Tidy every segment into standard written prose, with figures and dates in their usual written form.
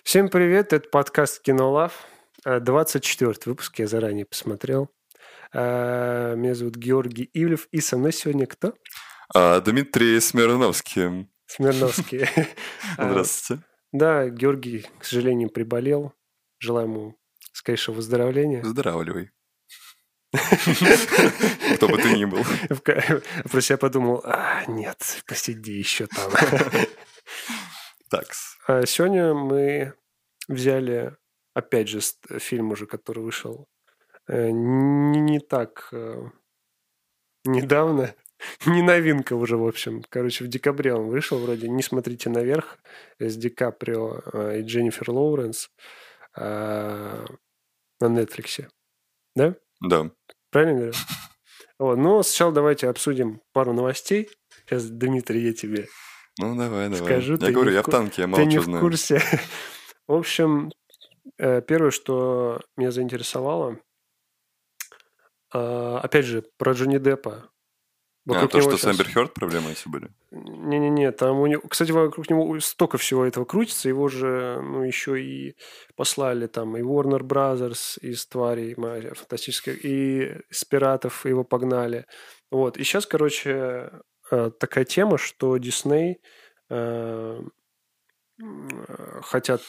Всем привет, это подкаст «Кинолав», 24-й выпуск, я заранее посмотрел. Меня зовут Георгий Ивлев, и со мной сегодня кто? Дмитрий Смирновский. Смирновский. Здравствуйте. Да, Георгий, к сожалению, приболел. Желаю ему скорейшего выздоровления. Выздоравливай. Кто бы ты ни был. Про себя подумал, нет, посиди еще там. Такс. Сегодня мы взяли, опять же, фильм уже, который вышел не так недавно. Не новинка уже, в общем. Короче, в декабре он вышел вроде. «Не смотрите наверх» с Ди Каприо и Дженнифер Лоуренс на Netflix. Да? Да. Правильно говорю? Вот. Но сначала давайте обсудим пару новостей. Сейчас, Дмитрий, я тебе Давай. скажу. Я говорю, я в танке, я мало чего чего знаю. Ты не в курсе. В общем, первое, что меня заинтересовало, опять же, про Джонни Деппа. То, что с Эмбер Хёрд проблемы эти были? Не-не-не, там у него... Кстати, вокруг него столько всего этого крутится, его же, еще и послали там и Warner Brothers из «Тварей фантастических», и с «Пиратов» его погнали. Вот, и сейчас, короче, такая тема, что Disney хотят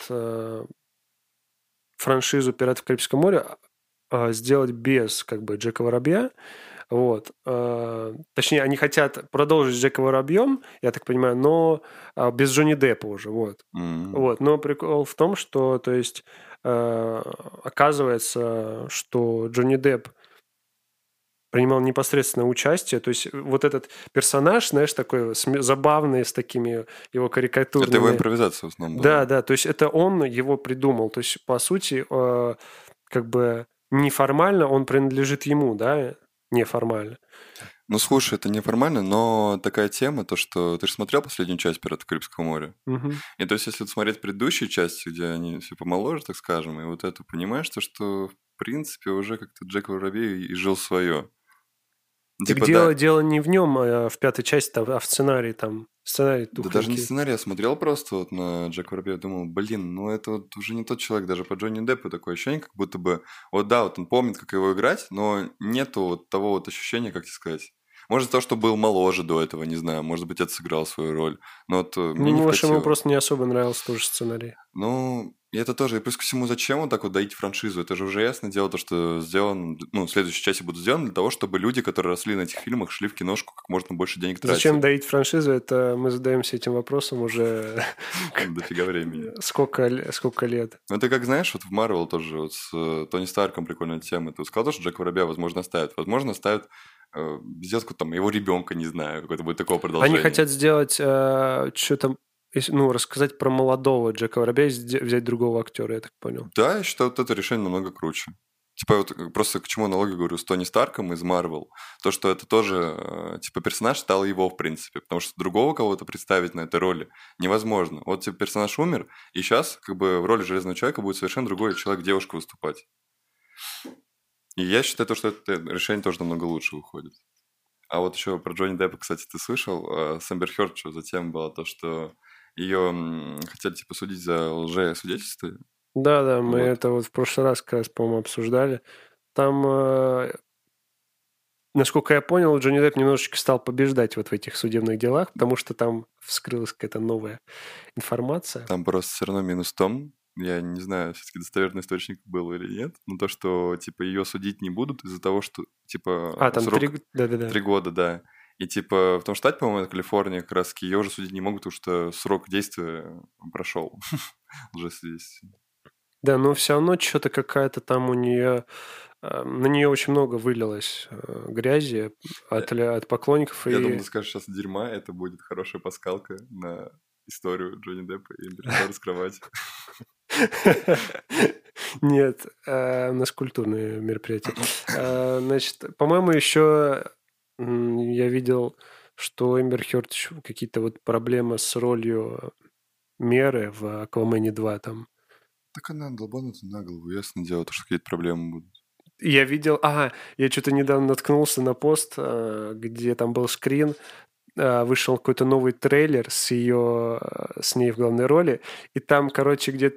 франшизу «Пиратов Карибского моря» сделать без, Джека Воробья. Вот. Точнее, они хотят продолжить с Джеком Воробьем, я так понимаю, но без Джонни Деппа уже. Вот. Вот. Но прикол в том, что, то есть, оказывается, что Джонни Депп принимал непосредственное участие. То есть, вот этот персонаж, знаешь, такой забавный, с такими его карикатурными... Это его импровизация в основном была. Да. То есть, это он его придумал. То есть, по сути, неформально он принадлежит ему, да, неформально. Слушай, это неформально, но такая тема, то что... Ты же смотрел последнюю часть «Пиратов Карибского моря»? Угу. И то есть, если смотреть предыдущие части, где они все помоложе, так скажем, и вот эту, понимаешь, то, что, в принципе, уже как-то Джек Воробей и жил свое. Дело не в нем, а в пятой части, а в сценарии там. Сценарий тухленький. Да даже не сценарий, я смотрел просто вот на Джека Воробья, думал, это вот уже не тот человек, даже по Джонни Деппу такое ощущение, как будто бы, вот он помнит, как его играть, но нету вот того вот ощущения, как тебе сказать. Может, то, что был моложе до этого, не знаю, может быть, это сыграл свою роль, но вот мне не может, вкатило. ему просто не особо нравился тоже сценарий. И это тоже, и плюс ко всему, зачем вот так вот доить франшизу? Это же уже ясно дело, то, что сделано, следующие части будут сделаны для того, чтобы люди, которые росли на этих фильмах, шли в киношку, как можно больше денег тратить. Зачем доить франшизу? Это мы задаемся этим вопросом уже... Дофига времени. Сколько лет? Это как, знаешь, вот в Марвел тоже, вот с Тони Старком прикольная тема. Ты сказал, что Джека Воробья, возможно, оставят. Возможно, оставят сделать там его ребенка, не знаю, какое-то будет такое продолжение. Они хотят сделать что-то... рассказать про молодого Джека Воробья и взять другого актера, я так понял. Да, я считаю, вот это решение намного круче. Вот просто к чему аналогию говорю с Тони Старком из Марвел. То, что это тоже, персонаж стал его, в принципе. Потому что другого кого-то представить на этой роли невозможно. Вот, персонаж умер, и сейчас, в роли Железного Человека будет совершенно другой человек-девушка выступать. И я считаю, что это решение тоже намного лучше выходит. А вот еще про Джонни Деппа, кстати, ты слышал? С Эмбер Хёрд что затем было то, что ее хотели, судить за лжесвидетельство. Да, мы это вот в прошлый раз, как раз, по-моему, обсуждали. Там, насколько я понял, Джонни Депп немножечко стал побеждать вот в этих судебных делах, потому что там вскрылась какая-то новая информация. Там просто все равно минус в том, я не знаю, все-таки достоверный источник был или нет, но то, что, ее судить не будут из-за того, что, там срок... 3 года, да. И, в том штате, по-моему, это Калифорния, как раз ее уже судить не могут, потому что срок действия прошел. Лжесвидетельство. Да, но все равно что-то какая-то там у нее... На нее очень много вылилось грязи от поклонников. Я думал, ты скажешь сейчас дерьма, это будет хорошая пасхалка на историю Джонни Деппа и Эмбер Хёрд раскрывать. Нет, у нас культурное мероприятие. Значит, по-моему, еще я видел, что Эмбер Хёрд какие-то вот проблемы с ролью Меры в «Аквамене 2» там. Так она долбанута на голову, ясно дело, что какие-то проблемы будут. Я видел... я что-то недавно наткнулся на пост, где там был скрин, вышел какой-то новый трейлер с ней в главной роли, и там, короче, где-то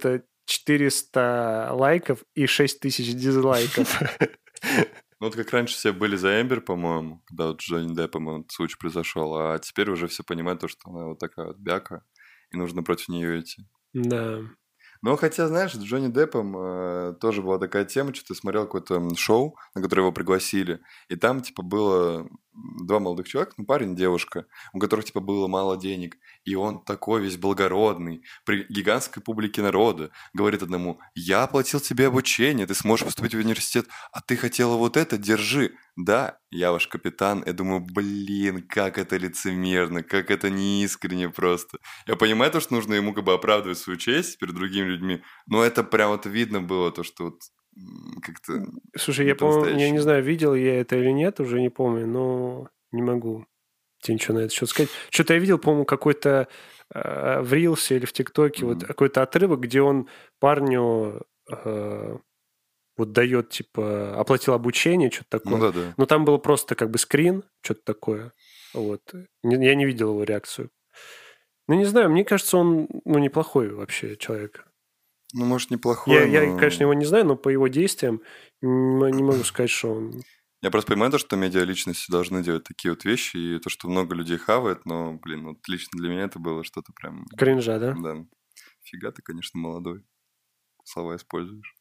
400 лайков и 6000 дизлайков. Ну, вот как раньше все были за Эмбер, по-моему, когда вот с Джонни Деппом этот случай произошел, а теперь уже все понимают то, что она вот такая вот бяка, и нужно против нее идти. Да. Но хотя, знаешь, с Джонни Деппом тоже была такая тема, что ты смотрел какое-то шоу, на которое его пригласили, и там, типа, было два молодых человека, ну, парень и девушка, у которых, типа, было мало денег, и он такой весь благородный, при гигантской публике народа, говорит одному: «Я оплатил тебе обучение, ты сможешь поступить в университет, а ты хотела вот это, держи». Да, я ваш капитан. Я думаю, блин, как это лицемерно, как это неискренне просто. Я понимаю то, что нужно ему как бы оправдывать свою честь перед другими людьми, но это прям вот видно было, то, что вот как-то Слушай, не я, по-моему, я не по-настоящему. знаю, видел я это или нет, уже не помню, но не могу тебе ничего на это счет сказать. Что-то я видел, по-моему, какой-то в Рилсе или в ТикТоке вот Мгм. какой-то отрывок, где он парню вот дает, типа, оплатил обучение, что-то Ну такое. да-да. Но там было просто как бы скрин, что-то такое. Вот. Я не видел его реакцию. Ну, не знаю, мне кажется, он, ну, неплохой вообще человек. Ну, может, неплохой, Я, конечно, но... его не знаю, но по его действиям не могу сказать, что он... Я просто понимаю то, что медиаличности должны делать такие вот вещи, и то, что много людей хавает, но, блин, вот лично для меня это было что-то прям... Кринжа, да? Да. Фига ты, конечно, молодой. Слова используешь.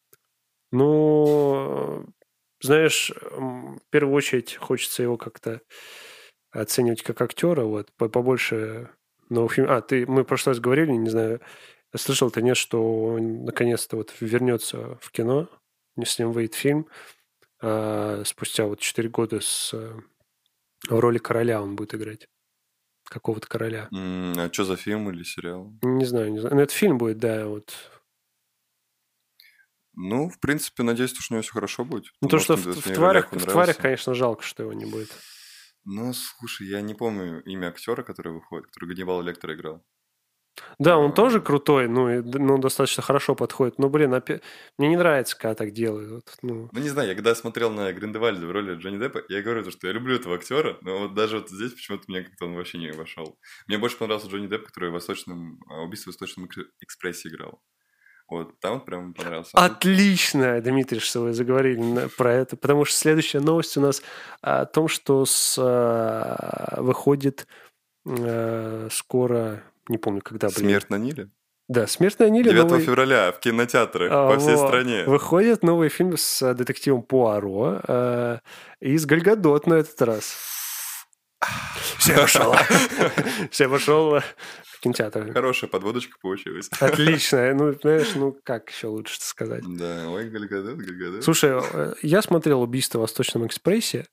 Ну, знаешь, в первую очередь хочется его как-то оценивать как актера, вот, побольше новых фильмов. Мы в прошлый раз говорили, не знаю, слышал ты, нет, что он наконец-то вот вернется в кино, с ним выйдет фильм, спустя вот 4 года в роли короля он будет играть, какого-то короля. А что за фильм или сериал? Не знаю, не знаю. Но это фильм будет, да, вот. Ну, в принципе, надеюсь, что у него все хорошо будет. Ну, то, Может, что если мне ролях в тварях, понравился. конечно, жалко, что его не будет. Ну, слушай, я не помню имя актера, который выходит, который Ганнибал Лектора играл. Да, он тоже А, крутой, ну, достаточно хорошо подходит. Но, блин, мне не нравится, когда так делают. Вот, ну. Ну, не знаю, я когда смотрел на Гриндевальда в роли Джонни Деппа, я говорю, то, что я люблю этого актера, но вот даже вот здесь почему-то мне как-то он вообще не вошел. Мне больше понравился Джонни Депп, который в «Убийство в Восточном экспрессе» играл. Вот, там вот прям понравился. А тут... Отлично, Дмитрий, что вы заговорили про это, потому что следующая новость у нас о том, что выходит скоро, не помню, когда, блин. «Смерть на Ниле»? Да, «Смерть на Ниле» 9 новый... февраля в кинотеатрах по всей стране. Выходит новый фильм с детективом Пуаро и с Галь Гадот на этот раз. Все пошел. Все пошел в кинотеатр. Хорошая подводочка получилась. Отлично. Ну, знаешь, ну как еще лучше сказать? Да, ой, Галь Гадот, Галь Гадот. Слушай, я смотрел «Убийство в Восточном экспрессе».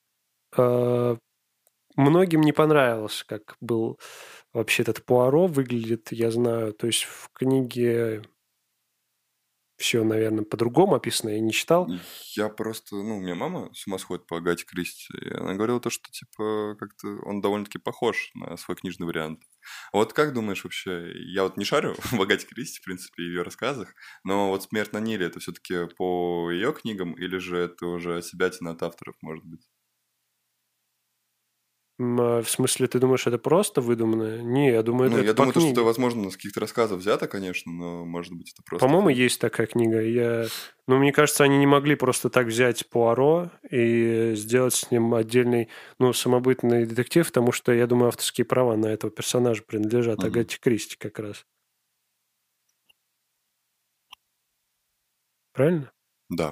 Многим не понравилось, как был вообще этот Пуаро выглядит, я знаю. То есть в книге все, наверное, по-другому описано, я не читал. Я просто, ну, у меня мама с ума сходит по Агате Кристи, и она говорила то, что, типа, как-то он довольно-таки похож на свой книжный вариант. Вот как думаешь вообще, я вот не шарю в Агате Кристи, в принципе, и ее рассказах, но вот «Смерть на Ниле» это все-таки по ее книгам, или же это уже отсебятина от авторов, может быть? В смысле, ты думаешь, это просто выдуманное? Не, я думаю, Ну, это я по думаю, то, что это, книге. возможно, с каких-то рассказов взято, конечно, но, может быть, это просто По-моему, фильм. есть такая книга. Ну, мне кажется, они не могли просто так взять Пуаро и сделать с ним отдельный, ну, самобытный детектив, потому что, я думаю, авторские права на этого персонажа принадлежат Мгм. Агате Кристи как раз. Правильно? Да.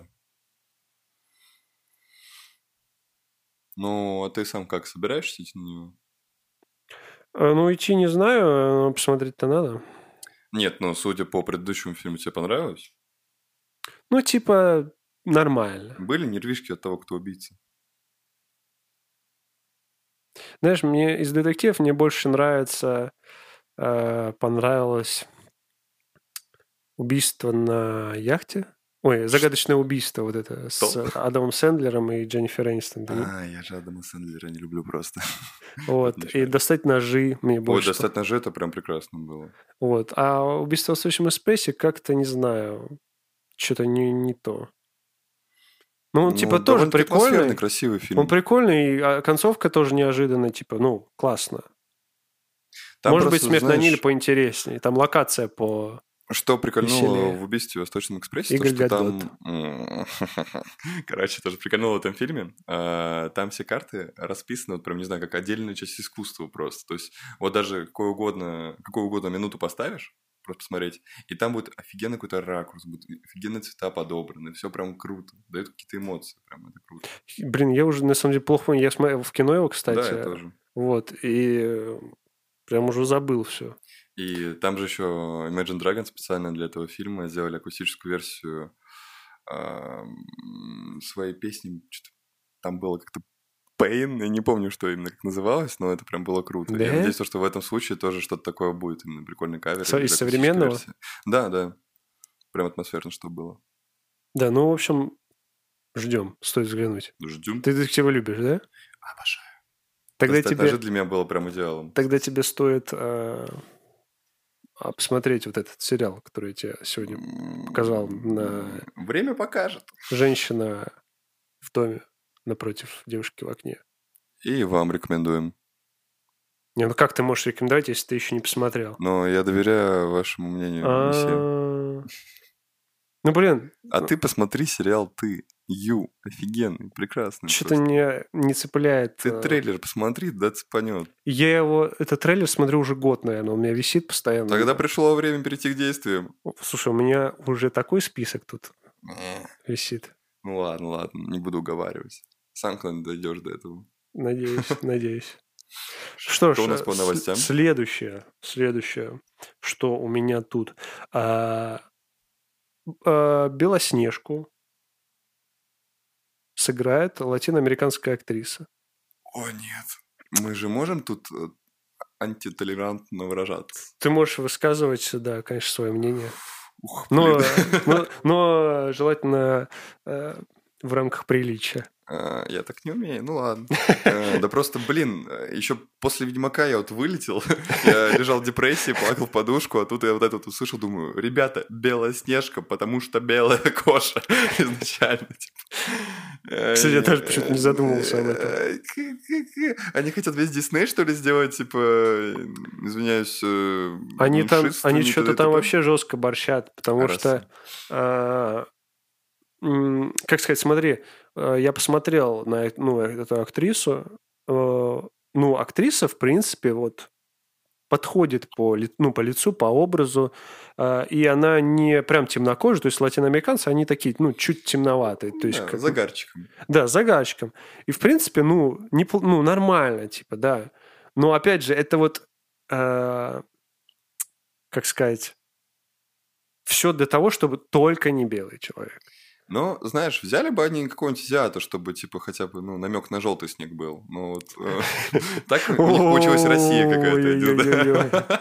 Ну, а ты сам как, собираешься идти на него? Ну, идти не знаю, но посмотреть-то надо. Нет, ну, судя по предыдущему фильму, тебе понравилось? Ну, типа, нормально. Были нервишки от того, кто убийца? Знаешь, мне из детективов мне больше понравилось «Убийство на яхте». Ой, «Загадочное убийство» вот это с Что? Адамом Сэндлером и Дженнифер Энистон. Я же Адама Сэндлера не люблю просто. Вот Вот. не И шарю. «Достать ножи» мне Ой, больше. «Достать ножи» это прям прекрасно было. Вот. А «Убийство в Восточном экспрессе» как-то, не знаю, что-то не то. Ну, он типа Ну, тоже довольно-таки атмосферный, прикольный. красивый Он фильм. прикольный, а концовка тоже неожиданная, типа, ну, классно. Там Может быть, просто, «Смерть на Ниле» знаешь, поинтереснее. Там локация Что прикольнуло веселее. в «Убийстве в Восточном экспрессе», то, Игорь что Гадот. там... Короче, тоже прикольнуло в этом фильме. Там все карты расписаны, вот прям, не знаю, как отдельная часть искусства просто. То есть вот даже какую угодно минуту поставишь, просто посмотреть, и там будет офигенный какой-то ракурс, будут офигенные цвета подобраны, все прям круто, дает какие-то эмоции, прям это круто. Блин, я уже на самом деле плохо помню. Я смотрел в кино его, Да, кстати. я тоже. Вот. И прям уже забыл все. И там же еще Imagine Dragons специально для этого фильма сделали акустическую версию своей песни. Что-то там было как-то Pain, я не помню, что именно как называлось, но это прям было круто. Да? Я надеюсь, что в этом случае тоже что-то такое будет, именно прикольный кавер или Из акустическая современного? версия. Да, да, прям атмосферно, что было. Да, ну, в общем, ждем. Стоит взглянуть. Ждем. Ты детективы любишь, да? Обожаю. Тогда «Стать на тебе, жизнь» для меня было прям идеалом. тогда тебе стоит посмотреть вот этот сериал, который я тебе сегодня показал. Время покажет. Женщина в доме напротив девушки в окне. И вам рекомендуем. Не, ну как ты можешь рекомендовать, если ты еще не посмотрел? Но я доверяю вашему мнению, месье. Ну, блин, А ты посмотри сериал «Ты». Офигенный, прекрасный. что-то просто. не цепляет. Ты трейлер посмотри, да цепанет. Я этот трейлер смотрю уже год, наверное, он у меня висит постоянно. Тогда пришло время перейти к действиям. Слушай, у меня уже такой список тут висит. Ну ладно, не буду уговаривать. Сам когда-нибудь дойдешь до этого. Надеюсь. Что ж, у нас по новостям? следующее, что у меня тут. Белоснежку сыграет латиноамериканская актриса. О, нет. Мы же можем тут антитолерантно выражаться? Ты можешь высказывать, да, конечно, свое мнение. Ух, Но блин. желательно в рамках приличия. Я так не умею, ну ладно. Да просто, блин, еще после «Ведьмака» я вот вылетел, я лежал в депрессии, плакал в подушку, а тут я вот это вот услышал, думаю, ребята, Белоснежка, потому что белая кожа изначально. Кстати, я даже почему-то не задумывался об этом. Они хотят весь Дисней, что ли, сделать, типа, извиняюсь, Они что-то там вообще жестко борщат, потому что, как сказать, смотри, я посмотрел на эту актрису, актриса, в принципе, вот подходит по лицу, по образу, и она не прям темнокожая, то есть латиноамериканцы, они такие, чуть темноватые. То есть, загарчиком. Да, загарчиком. И, в принципе, нормально, типа, да. Но, опять же, это вот, как сказать, все для того, чтобы только не белый человек. Но, знаешь, взяли бы они какого-нибудь азиата, чтобы, типа, хотя бы, намек на желтый снег был. Ну, вот так у них получилась Россия какая-то.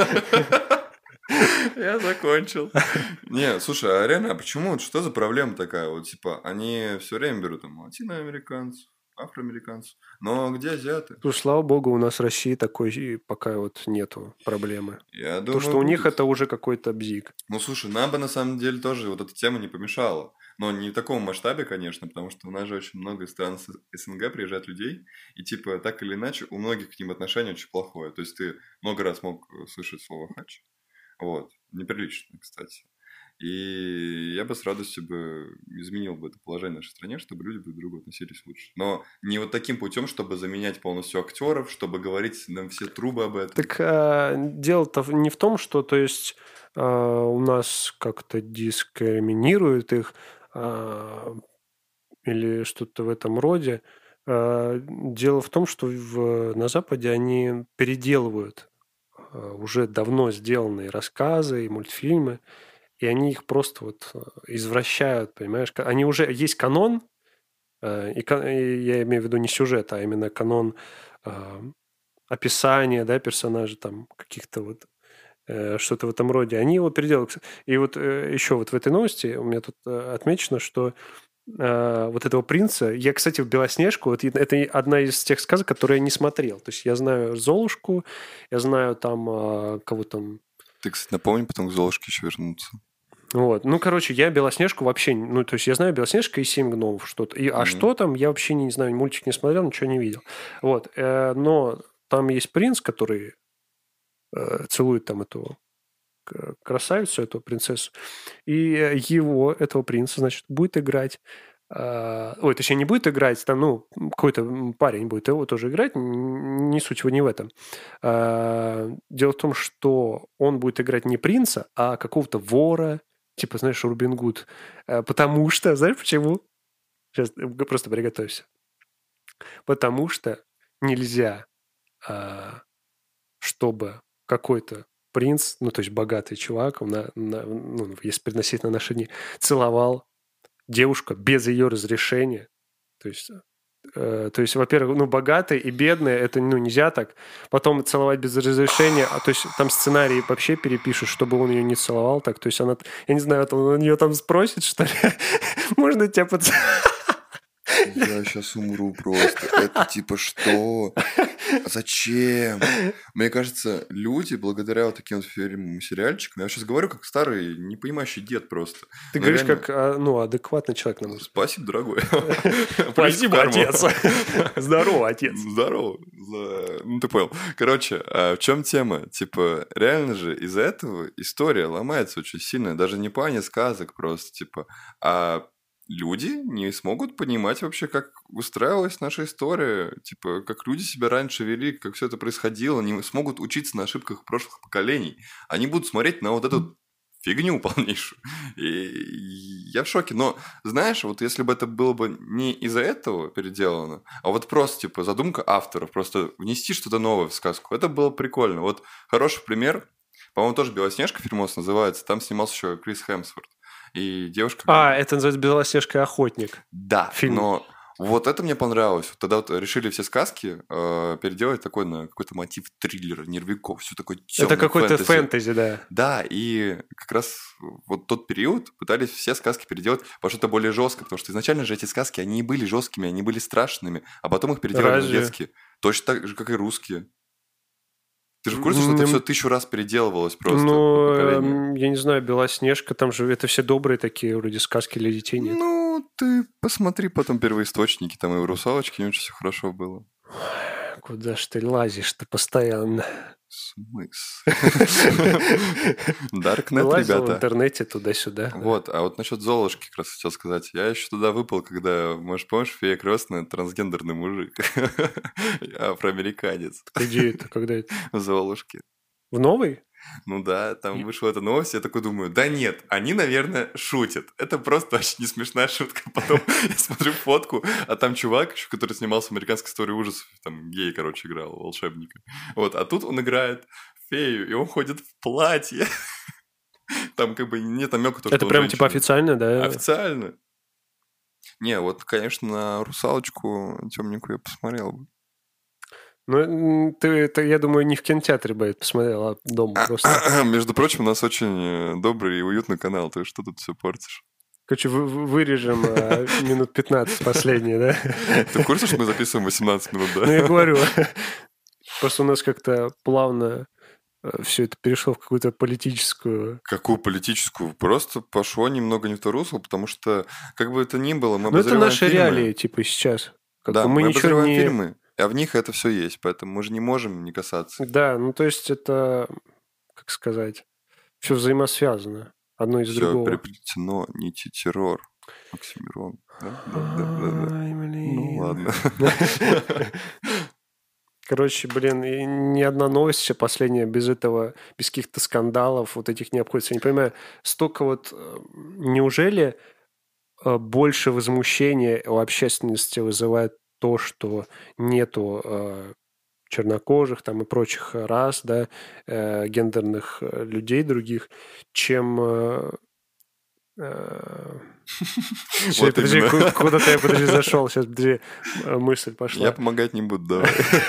Я закончил. Не, слушай, а реально, почему? Что за проблема такая? Вот, типа, они все время берут там латиноамериканцев, афроамериканцев. Но где азиаты? Слушай, слава богу, у нас в России такой пока вот нету проблемы. Я думаю, то, что у них это уже какой-то бзик. Ну, слушай, нам бы на самом деле тоже вот эта тема не помешала. Но не в таком масштабе, конечно, потому что у нас же очень много из стран СНГ приезжает людей, и типа так или иначе у многих к ним отношение очень плохое. То есть ты много раз мог слышать слово «хач». Вот. Неприлично, кстати. И я бы с радостью бы изменил бы это положение в нашей стране, чтобы люди друг к другу относились лучше. Но не вот таким путем, чтобы заменять полностью актеров, чтобы говорить нам все трубы об этом. Так дело-то не в том, что, то есть, у нас как-то дискриминируют их или что-то в этом роде. Дело в том, что на Западе они переделывают уже давно сделанные рассказы и мультфильмы, и они их просто вот извращают, понимаешь? Они уже... Есть канон, и я имею в виду не сюжет, а именно канон описания, да, персонажей, там, каких-то вот что-то в этом роде. Они его переделывают. И вот еще вот в этой новости у меня тут отмечено, что вот этого принца... Я, кстати, в «Белоснежку», вот это одна из тех сказок, которые я не смотрел. То есть я знаю «Золушку», я знаю там кого там... Ты, кстати, напомни потом к «Золушке» еще вернуться. Вот. Ну, короче, я «Белоснежку» вообще... то есть я знаю «Белоснежка» и «Семь гномов» что-то. А что там, я вообще не знаю, мультик не смотрел, ничего не видел. Вот. Но там есть принц, который целует там эту красавицу, эту принцессу. И его, этого принца, значит, будет играть... Ой, точнее, не будет играть, там, ну, какой-то парень будет его тоже играть, не суть его не в этом. Дело в том, что он будет играть не принца, а какого-то вора, типа, знаешь, Робин Гуд. Потому что, знаешь почему? Сейчас просто приготовься. Потому что нельзя, чтобы какой-то принц, ну, то есть богатый чувак, ну, если переносить на наши дни, целовал девушку без ее разрешения. То есть, во-первых, ну, богатые и бедные, это, ну, нельзя так. Потом целовать без разрешения, то есть там сценарий вообще перепишут, чтобы он ее не целовал так. То есть она, я не знаю, он ее там спросит, что ли, можно тебя поцеловать? Я сейчас умру просто. Это типа что? Зачем? Мне кажется, люди, благодаря вот таким вот фильмам и сериальчикам, я сейчас говорю как старый, не понимающий дед просто. Ты Но говоришь реально- как, ну, адекватный человек, на мой взгляд. Спасибо, дорогой. Спасибо, Карма. отец. Здорово, отец. Здорово. Ну, ты понял. Короче, в чем тема? Типа, реально же из-за этого история ломается очень сильно. Даже не в плане сказок просто, типа, а люди не смогут понимать вообще, как устраивалась наша история, типа, как люди себя раньше вели, как все это происходило, не смогут учиться на ошибках прошлых поколений. Они будут смотреть на вот эту фигню полнейшую. И я в шоке. Но, знаешь, вот если бы это было бы не из-за этого переделано, а вот просто, типа, задумка авторов, просто внести что-то новое в сказку, это было прикольно. Вот хороший пример, по-моему, тоже «Белоснежка» фильмос называется, там снимался еще Крис Хемсворт. И девушка... Это называется «Белоснежка и охотник». Да, Фильм. но вот это мне понравилось. Вот тогда вот решили все сказки переделать такой на какой-то мотив триллера, нервяков, все такое темное, Это какой-то фэнтези, да. Да, и как раз вот тот период пытались все сказки переделать во что-то более жесткое, потому что изначально же эти сказки, они и были жесткими, они были страшными, а потом их переделали на Разве? детские. Точно так же, как и русские. Ты же в курсе, что это все 1000 раз переделывалось просто по поколению? Я не знаю, «Белоснежка», там же это все добрые такие вроде сказки для детей, нет? Ну, ты посмотри потом первоисточники, там и в «Русалочке» не очень все хорошо было. Куда ж ты лазишь-то постоянно? Смысл? Даркнет, Лазил в ребята. интернете туда-сюда. Вот, а вот насчет Золушки как раз хотел сказать. Я еще туда выпал, когда, может, помнишь, фея крестная, трансгендерный мужик. Афроамериканец. Где это? Когда это? В Золушке. В новой? Ну да, там вышла эта новость, я такой думаю, да нет, они, наверное, шутят. Это просто очень не смешная шутка. Потом я смотрю фотку, а там чувак, еще, который снимался в «Американской истории ужасов», там гей, короче, играл, волшебника. Вот, а тут он играет фею, и он ходит в платье. Там как бы нет намека, что Это он прям типа женщина. официально, да? Официально. Не, вот, конечно, на «Русалочку» темненькую я посмотрел бы. Ну, ты, я думаю, не в кинотеатре бы это посмотрел, а дома просто. Между прочим, у нас очень добрый и уютный канал. Ты что тут все портишь? Короче, вырежем минут 15 последние, да? Ты в курсе, что мы записываем 18 минут, да? Ну, я говорю. Просто у нас как-то плавно все это перешло в какую-то политическую... Какую политическую? Просто пошло немного не в то русло, потому что, как бы это ни было, мы Ну, это обозреваем наши фильмы. реалии, типа, сейчас. Как Да, бы мы ничего обозреваем не... фильмы, а в них это все есть, поэтому мы же не можем не касаться. Да, ну, то есть это, как сказать, все взаимосвязано. Одно из Все другого. переплетено, нити террор. Оксимирон. Да. Ай, Ну блин. ладно. Короче, блин, и ни одна новость сейчас последняя без этого, без каких-то скандалов вот этих не обходится. Я не понимаю, столько вот... Неужели больше возмущения у общественности вызывает то, что нету чернокожих там и прочих рас, да, гендерных людей других, чем... Вот Подожди, именно. куда-то я, подожди, зашел. Сейчас, подожди, мысль пошла. Я помогать не буду, давай.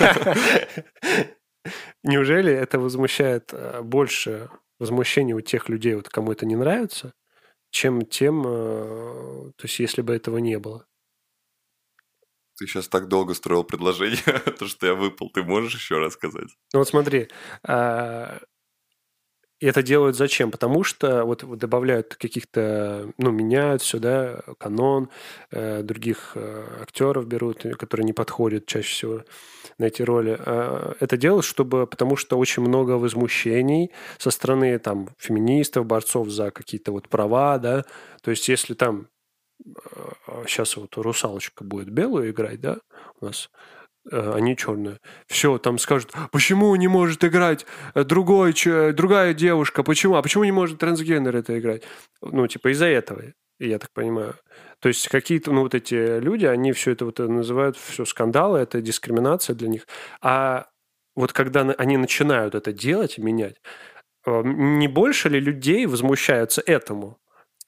Неужели это возмущает больше возмущения у тех людей, вот кому это не нравится, чем тем, то есть если бы этого не было? Ты сейчас так долго строил предложение, то, что я выпал. Ты можешь еще раз сказать? Ну вот смотри, И это делают зачем? Потому что вот добавляют каких-то, ну, меняют все, да, канон, других актеров берут, которые не подходят чаще всего на эти роли. Это делают, потому что очень много возмущений со стороны там феминистов, борцов за какие-то вот права, да. То есть если там сейчас вот русалочка будет белую играть, да, у нас, они черные. Все, там скажут, почему не может играть другая девушка, почему? А почему не может трансгендер это играть? Ну, типа из-за этого, я так понимаю. То есть какие-то, ну, вот эти люди, они все это вот называют все скандалы, это дискриминация для них. А вот когда они начинают это делать, менять, не больше ли людей возмущаются этому?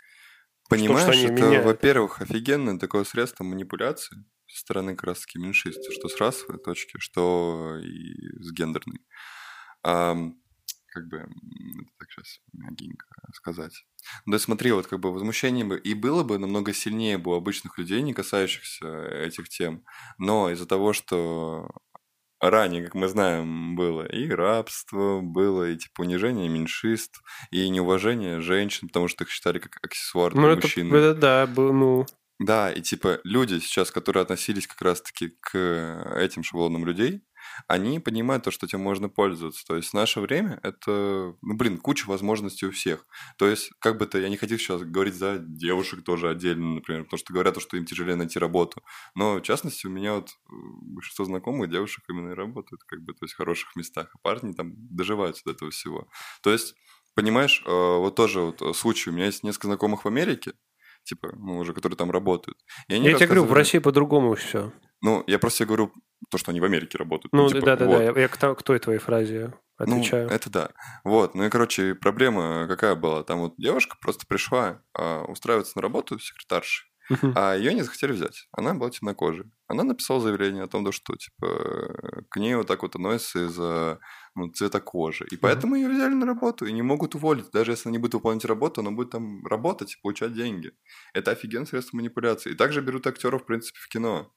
Что Понимаешь, они это, меняют? во-первых, офигенное такое средство манипуляции со стороны как раз-таки меньшинств, что с расовой точки, что и с гендерной. Как бы, это так сейчас мягенько сказать. Ну, то есть смотри, вот как бы возмущение бы и было бы намного сильнее бы у обычных людей, не касающихся этих тем, но из-за того, что ранее, как мы знаем, было и рабство, было и типа унижение меньшинств, и неуважение женщин, потому что их считали как аксессуар Ну, для это мужчины. да, ну, Да, и типа люди сейчас, которые относились как раз-таки к этим шаблонам людей, они понимают то, что этим можно пользоваться. То есть в наше время это, ну, блин, куча возможностей у всех. То есть, как бы то я не хотел сейчас говорить за девушек тоже отдельно, например, потому что говорят, что им тяжелее найти работу. Но, в частности, у меня вот большинство знакомых девушек именно и работают, как бы, то есть в хороших местах, а парни там доживаются до этого всего. То есть, понимаешь, вот тоже вот случай, у меня есть несколько знакомых в Америке, типа, ну, уже, которые там работают. И они я тебе говорю, в рассказывали... России по-другому все. Ну, я просто тебе говорю то, что они в Америке работают. Ну, Ну, типа, да-да-да, вот. я к той твоей фразе Ну, отвечаю. это да. Вот. Ну и, короче, проблема какая была? Там вот девушка просто пришла устраиваться на работу секретаршей, Мгм. а ее не захотели взять. Она была темнокожей. Она написала заявление о том, да, что, типа, к ней вот так вот относятся из-за цвета кожи. И Мгм. поэтому ее взяли на работу и не могут уволить. Даже если она не будет выполнять работу, она будет там работать и получать деньги. Это офигенное средство манипуляции. И также берут актеров, в принципе, в кино.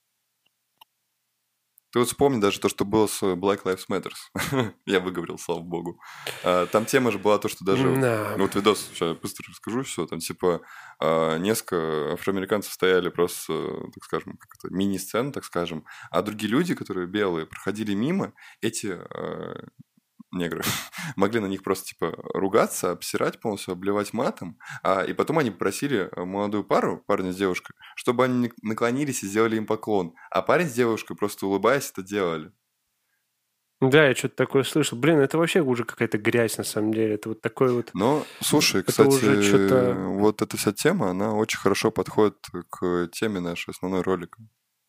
Ты вот вспомни даже то, что было с Black Lives Matter. Я выговорил, слава богу. Там тема же была то, что даже... Да. Ну, вот видос, сейчас быстро расскажу все. Там типа несколько афроамериканцев стояли просто, так скажем, как это, мини-сцены, так скажем, а другие люди, которые белые, проходили мимо, эти негры могли на них просто типа ругаться, обсирать полностью, обливать матом, и потом они попросили молодую пару, парня с девушкой, чтобы они наклонились и сделали им поклон, а парень с девушкой просто улыбаясь это делали. Да, я что-то такое слышал. Блин, это вообще уже какая-то грязь на самом деле. Это вот такой вот... Но, слушай, Это кстати, уже что-то... вот эта вся тема, она очень хорошо подходит к теме нашей основной ролика.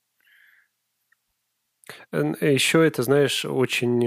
Еще это, знаешь, очень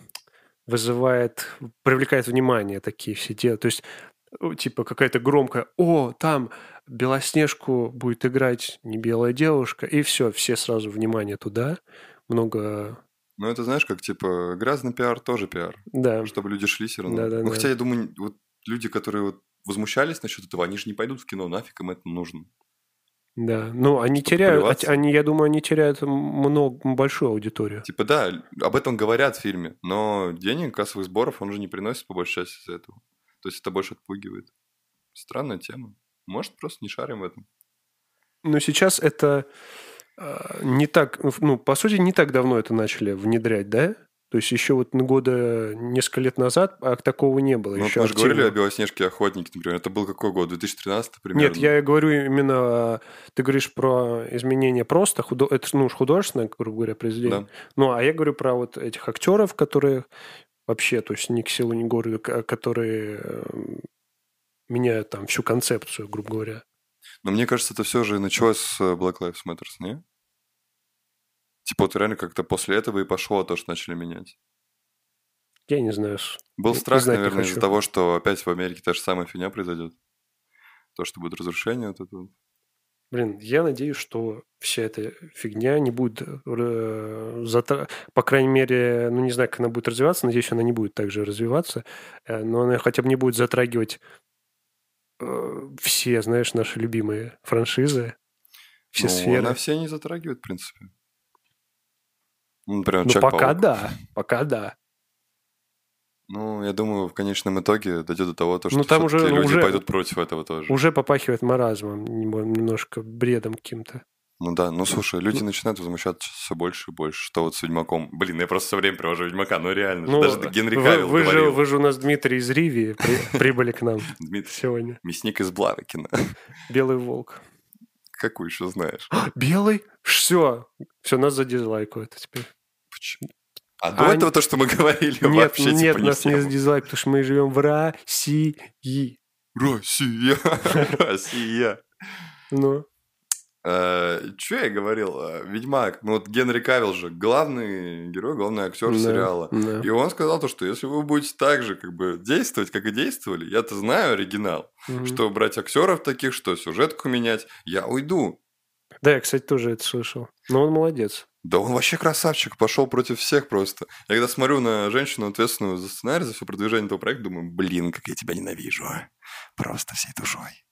привлекает внимание такие все дела. То есть, типа, какая-то громкая, там Белоснежку будет играть не белая девушка, и все сразу внимание туда. Много... Но это, знаешь, как, типа, грязный пиар тоже пиар. Да, Чтобы люди шли все равно. Ну, да-да-да. хотя, я думаю, вот люди, которые вот возмущались насчет этого, они же не пойдут в кино, нафиг им это нужно. Да, ну они Чтобы теряют, поплеваться. я думаю, они теряют большую аудиторию. Типа, да, об этом говорят в фильме, но денег, кассовых сборов он уже не приносит по большей части из-за этого. То есть это больше отпугивает. Странная тема. Может, просто не шарим в этом. Но сейчас это не так, ну, по сути, не так давно это начали внедрять, да? То есть еще вот несколько лет назад такого не было, Ну вот еще мы же говорили о активно. Белоснежке и Охотнике, например. Это был какой год? 2013 Нет, примерно. я говорю именно, ты говоришь про изменения просто, это ну, уж художественное, грубо говоря, произведение. Да. Ну, а я говорю про вот этих актеров, которые вообще, то есть ни к селу, ни к городу, которые меняют там всю концепцию, грубо говоря. Но мне кажется, это все же началось с Black Lives Matter, не? Типа вот реально как-то после этого и пошло то, что начали менять. Я не знаю, Был и страх, знать не наверное, из-за хочу. того, что опять в Америке та же самая фигня произойдет. То, что будет разрушение вот это вот. Блин, я надеюсь, что вся эта фигня не будет, по крайней мере, ну не знаю, как она будет развиваться, надеюсь, она не будет так же развиваться, но она хотя бы не будет затрагивать все, знаешь, наши любимые франшизы, все Ну, она сферы. все не затрагивает, в принципе. Ну, например, Ну, пока Человек-паук. да, пока да. Ну, я думаю, в конечном итоге дойдет до того, что Ну, там все-таки уже, люди уже, пойдут против этого тоже. уже попахивает маразмом, немножко бредом каким-то. Ну да, ну слушай, люди начинают возмущаться все больше и больше, что вот с Ведьмаком. Блин, я просто все время провожу Ведьмака, ну реально же, Ну, даже Генри Кавилл говорил. вы же у нас Дмитрий из Ривии прибыли к нам Дмитрий, сегодня. мясник из Блавикина. Белый волк. Какую еще знаешь? Белый? Все, нас задизлайкают теперь. Почему? А до этого то, что мы говорили, вообще нет, типа не нас не тема. дизлайк, потому что мы живем в России. Россия, Россия. Ну, Че я говорил? Ведьмак. Ну вот Генри Кавилл же главный герой, главный актер Да, сериала. да. И он сказал то, что если вы будете так же как бы действовать, как и действовали, я-то знаю оригинал, что брать актеров таких, что сюжетку менять, я уйду. Да, я, кстати, тоже это слышал. Но он молодец. Да он вообще красавчик, пошел против всех просто. Я когда смотрю на женщину, ответственную за сценарий, за все продвижение этого проекта, думаю, блин, как я тебя ненавижу. Просто всей душой.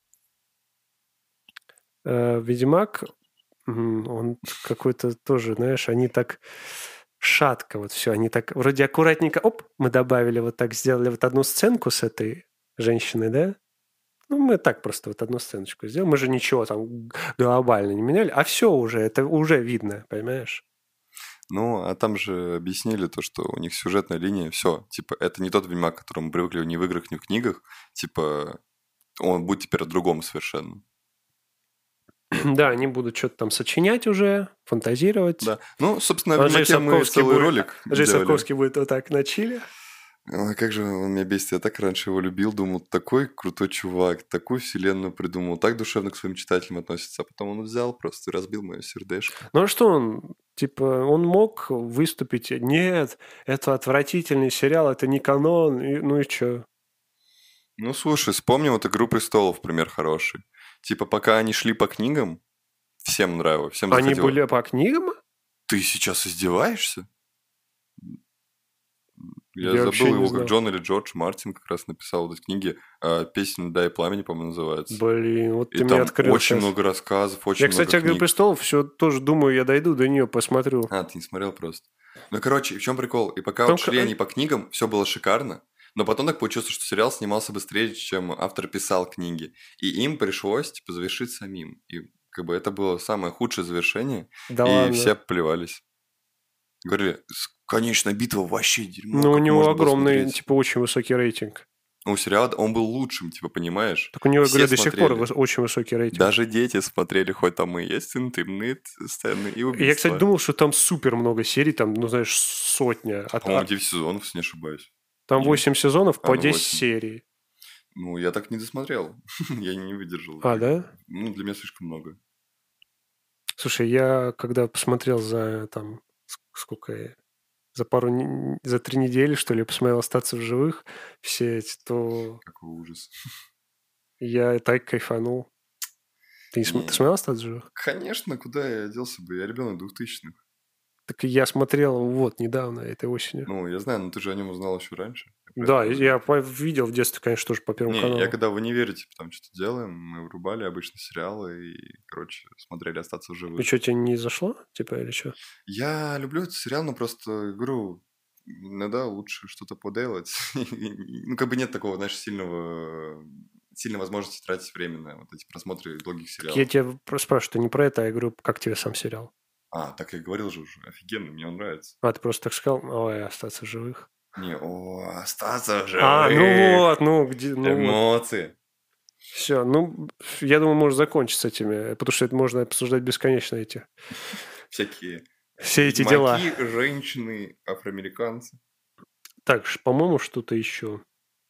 Ведьмак, он какой-то тоже, знаешь, они так шатко вот все, они так вроде аккуратненько, оп, мы добавили вот так, сделали вот одну сценку с этой женщиной, да? Ну, мы так просто вот одну сценочку сделали. Мы же ничего там глобально не меняли. А все уже, это уже видно, понимаешь? Ну, а там же объяснили то, что у них сюжетная линия, все, типа, это не тот Ведьмак, к которому мы привыкли ни в играх, ни в книгах, типа, он будет теперь о другом совершенно. Да, они будут что-то там сочинять уже, фантазировать. Да, ну, собственно, в Анджей Ведьмаке мы Сапковский целый будет, ролик Анджей делали. Сапковский будет вот так на чиле. Ой, как же он меня бесит, я так раньше его любил, думал, такой крутой чувак, такую вселенную придумал, так душевно к своим читателям относится, а потом он взял просто и разбил мое сердечко. Ну а что он, типа, он мог выступить? Нет, это отвратительный сериал, это не канон, ну и что? Ну, слушай, вспомни вот «Игру престолов», пример хороший. Типа, пока они шли по книгам, всем нравилось, всем Они заходило. были по книгам? Ты сейчас издеваешься? Я Я вообще забыл не его, знал. как Джон или Джордж Мартин как раз написал в этой книге. «Песня льда и пламени», по-моему, называется. Блин, вот И ты мне там открыл очень сейчас. много рассказов, очень Я, кстати, много «Игру книг. престолов» все тоже думаю, я дойду до нее, посмотрю. А, ты не смотрел просто. Ну, короче, в чем прикол? И пока Там вот шли они по книгам, все было шикарно. Но потом так получилось, что сериал снимался быстрее, чем автор писал книги. И им пришлось, типа, завершить самим. И как бы это было самое худшее завершение. Да И ладно. все плевались. Говорили, конечная битва вообще дерьмо. Ну, у как него можно было огромный, смотреть?» типа, очень высокий рейтинг. У сериала он был лучшим, типа, понимаешь? Так у него, я Все говорю, до сих пор смотрели. очень высокий рейтинг. Даже дети смотрели, хоть там и есть интимные сцены и убийства. Я, кстати, думал, что там супер много серий, там, ну, знаешь, сотня. По-моему, 9 сезонов, если не ошибаюсь. Там 8 сезонов по ну, 10 8. серий. Ну, я так не досмотрел. Я не выдержал. А, да? Ну, для меня слишком много. Слушай, я когда посмотрел за, там, сколько я... За 3 недели, что ли, посмотрел «Остаться в живых», все эти, то Какой ужас. я так кайфанул. Ты смотрел «Остаться в живых»? Конечно, куда я делся бы? Я ребенок 2000-х. Так я смотрел вот недавно, этой осенью. Ну, я знаю, но ты же о нем узнал еще раньше. Да, я видел в детстве, конечно, тоже по Первому каналу. Я когда в универе, типа, там что-то делаем, мы врубали обычно сериалы и, короче, смотрели «Остаться в живых». Ну что, тебе не зашло? Типа, или что? Я люблю этот сериал, но просто говорю, иногда лучше что-то поделать. Ну, как бы нет такого, знаешь, сильной возможности тратить время на вот эти просмотры долгих сериалов. Я тебя просто спрашиваю, что не про это, я говорю, как тебе сам сериал? А, так я говорил же уже, офигенно, мне он нравится. А, ты просто так сказал, ой, «Остаться в живых». Не, «Остаться в живых». А, ну вот, ну где, ну вот. Эмоции. Все, ну, я думаю, можно закончить с этими, потому что это можно обсуждать бесконечно, эти Всякие все эти дела. ведьмаки, женщины, афроамериканцы. Так, по-моему, что-то еще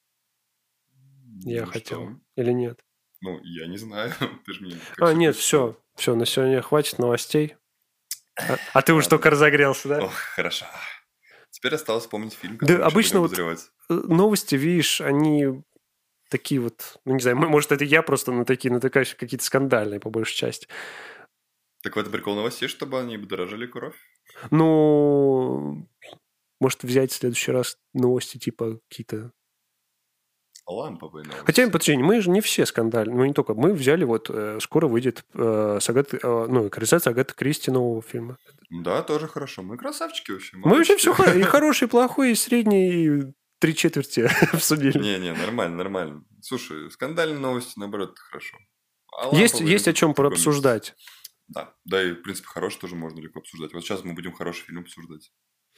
я Ну, хотел. что? Или нет? Ну, я не знаю. Ты же мне А, нет, все, на сегодня хватит новостей. А ты уже только разогрелся, да? Ох, хорошо. Теперь осталось вспомнить фильм, Да, который обычно будем вот обозревать. новости, видишь, они такие вот, ну не знаю, может, это я просто натыкаюсь какие-то скандальные, по большей части. Так в этом прикол новостей, чтобы они будоражили кровь? Ну, может, взять в следующий раз новости типа какие-то... Ламповые новости. Хотя, подожди, мы же не все скандальные, ну не только. Мы взяли вот, скоро выйдет экранизация Агаты Кристи нового фильма. Да, тоже хорошо. Мы красавчики вообще. Мы вообще мальчики. все и хороший, и плохой, и средний, и 3/4 обсудили. Не, нормально. Слушай, скандальные новости, наоборот, это хорошо. А Есть о чем в другом месте. пообсуждать. Да, и, в принципе, хороший тоже можно легко обсуждать. Вот сейчас мы будем хороший фильм обсуждать.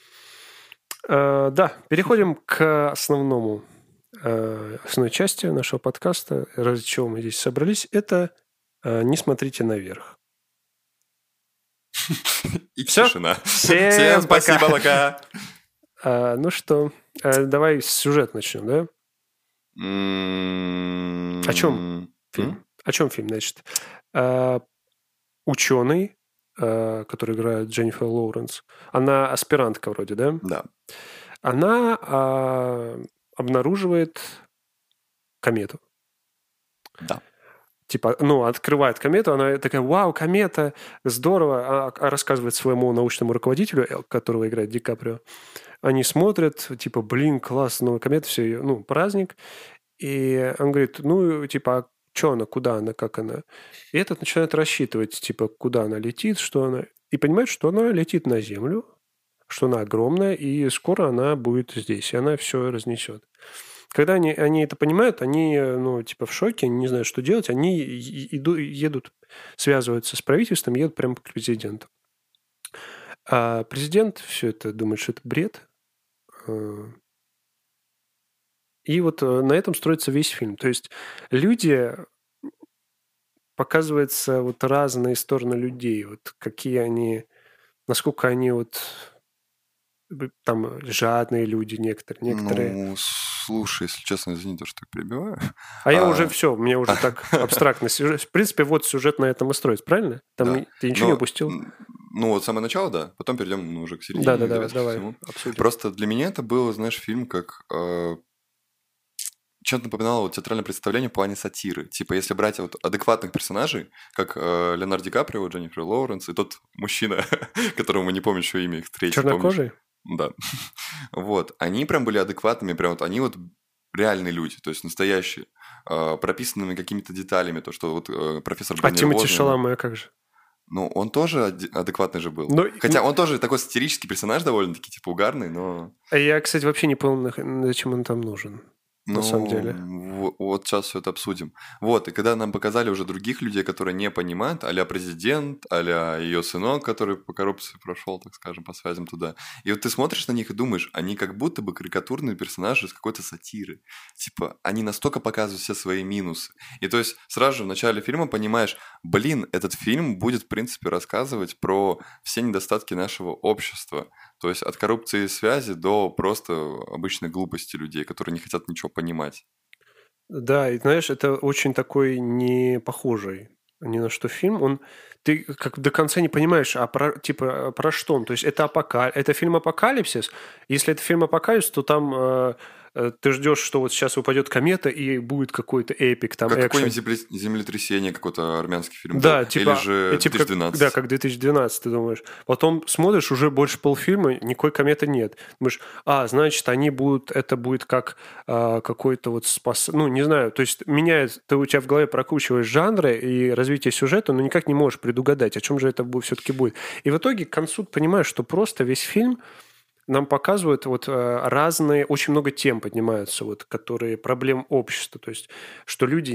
Да, переходим к основной части нашего подкаста, ради чего мы здесь собрались. Это «Не смотрите наверх». И Всё? тишина. Всем спасибо, пока. Ну что, давай с сюжета начнем, да? О чем фильм? О чем фильм, значит? Ученый, который играет Дженнифер Лоуренс, она аспирантка вроде, да? Да. Она обнаруживает комету. Да. Типа, открывает комету, она такая: вау, комета, здорово, рассказывает своему научному руководителю, которого играет Ди Каприо. Они смотрят, типа, блин, класс, новая комета, все, праздник. И он говорит, типа, а что она, куда она, как она? И этот начинает рассчитывать, типа, куда она летит, что она... И понимает, что она летит на Землю, что она огромная, и скоро она будет здесь, и она все разнесет. Когда они это понимают, они, в шоке, они не знают, что делать, они едут, связываются с правительством, едут прямо к президенту. А президент все это думает, что это бред. И вот на этом строится весь фильм. То есть люди, показываются вот разные стороны людей, вот какие они, насколько они вот там жадные люди некоторые. Ну, слушай, если честно, извини, то, что так перебиваю. А я уже все, мне уже так абстрактно сюжет. В принципе, вот сюжет на этом и строится, правильно? Там Да. ты ничего не упустил? Вот самое начало, да. Потом перейдем уже к середине. Да, к завязке давай, всему. обсудим. Просто для меня это было, знаешь, фильм как... Чем-то напоминало вот театральное представление в плане сатиры. Типа, если брать вот адекватных персонажей, как Леонардо Ди Каприо, Дженнифер Лоуренс и тот мужчина, которого мы не помним еще имя, их третий, Чернокожий? Да. Вот. Они прям были адекватными, прям вот они вот реальные люди, то есть настоящие, прописанными какими-то деталями, то, что вот профессор был А Тимоти нервозный, Шаламэ как же? Ну, он тоже адекватный же был. Но- Хотя он тоже такой сатирический персонаж довольно-таки, типа, угарный, но... А я, кстати, вообще не понял, зачем он там нужен, на самом деле. Вот сейчас все это обсудим. Вот, и когда нам показали уже других людей, которые не понимают, а-ля президент, а-ля ее сынок, который по коррупции прошел, так скажем, по связям туда. И вот ты смотришь на них и думаешь, они как будто бы карикатурные персонажи из какой-то сатиры. Типа, они настолько показывают все свои минусы. И то есть сразу же в начале фильма понимаешь, блин, этот фильм будет, в принципе, рассказывать про все недостатки нашего общества. То есть от коррупции и связи до просто обычной глупости людей, которые не хотят ничего понимать. Да, и знаешь, это очень такой не похожий ни на что фильм. Ты как до конца не понимаешь, про что он. То есть это фильм «Апокалипсис». Если это фильм «Апокалипсис», то там ты ждешь, что вот сейчас упадет комета и будет какой-то эпик, там Как экшен. какое-нибудь землетрясение, какой-то армянский фильм Да, был. Или же 2012. Да, как 2012, ты думаешь. Потом смотришь, уже больше полфильма, никакой кометы нет. Думаешь, значит, это будет как какой-то вот не знаю, то есть ты у тебя в голове прокручиваешь жанры и развитие сюжета, но никак не можешь предугадать, о чем же это все-таки будет. И в итоге к концу ты понимаешь, что просто весь фильм нам показывают вот разные, очень много тем поднимаются, вот, которые проблем общества, то есть, что люди,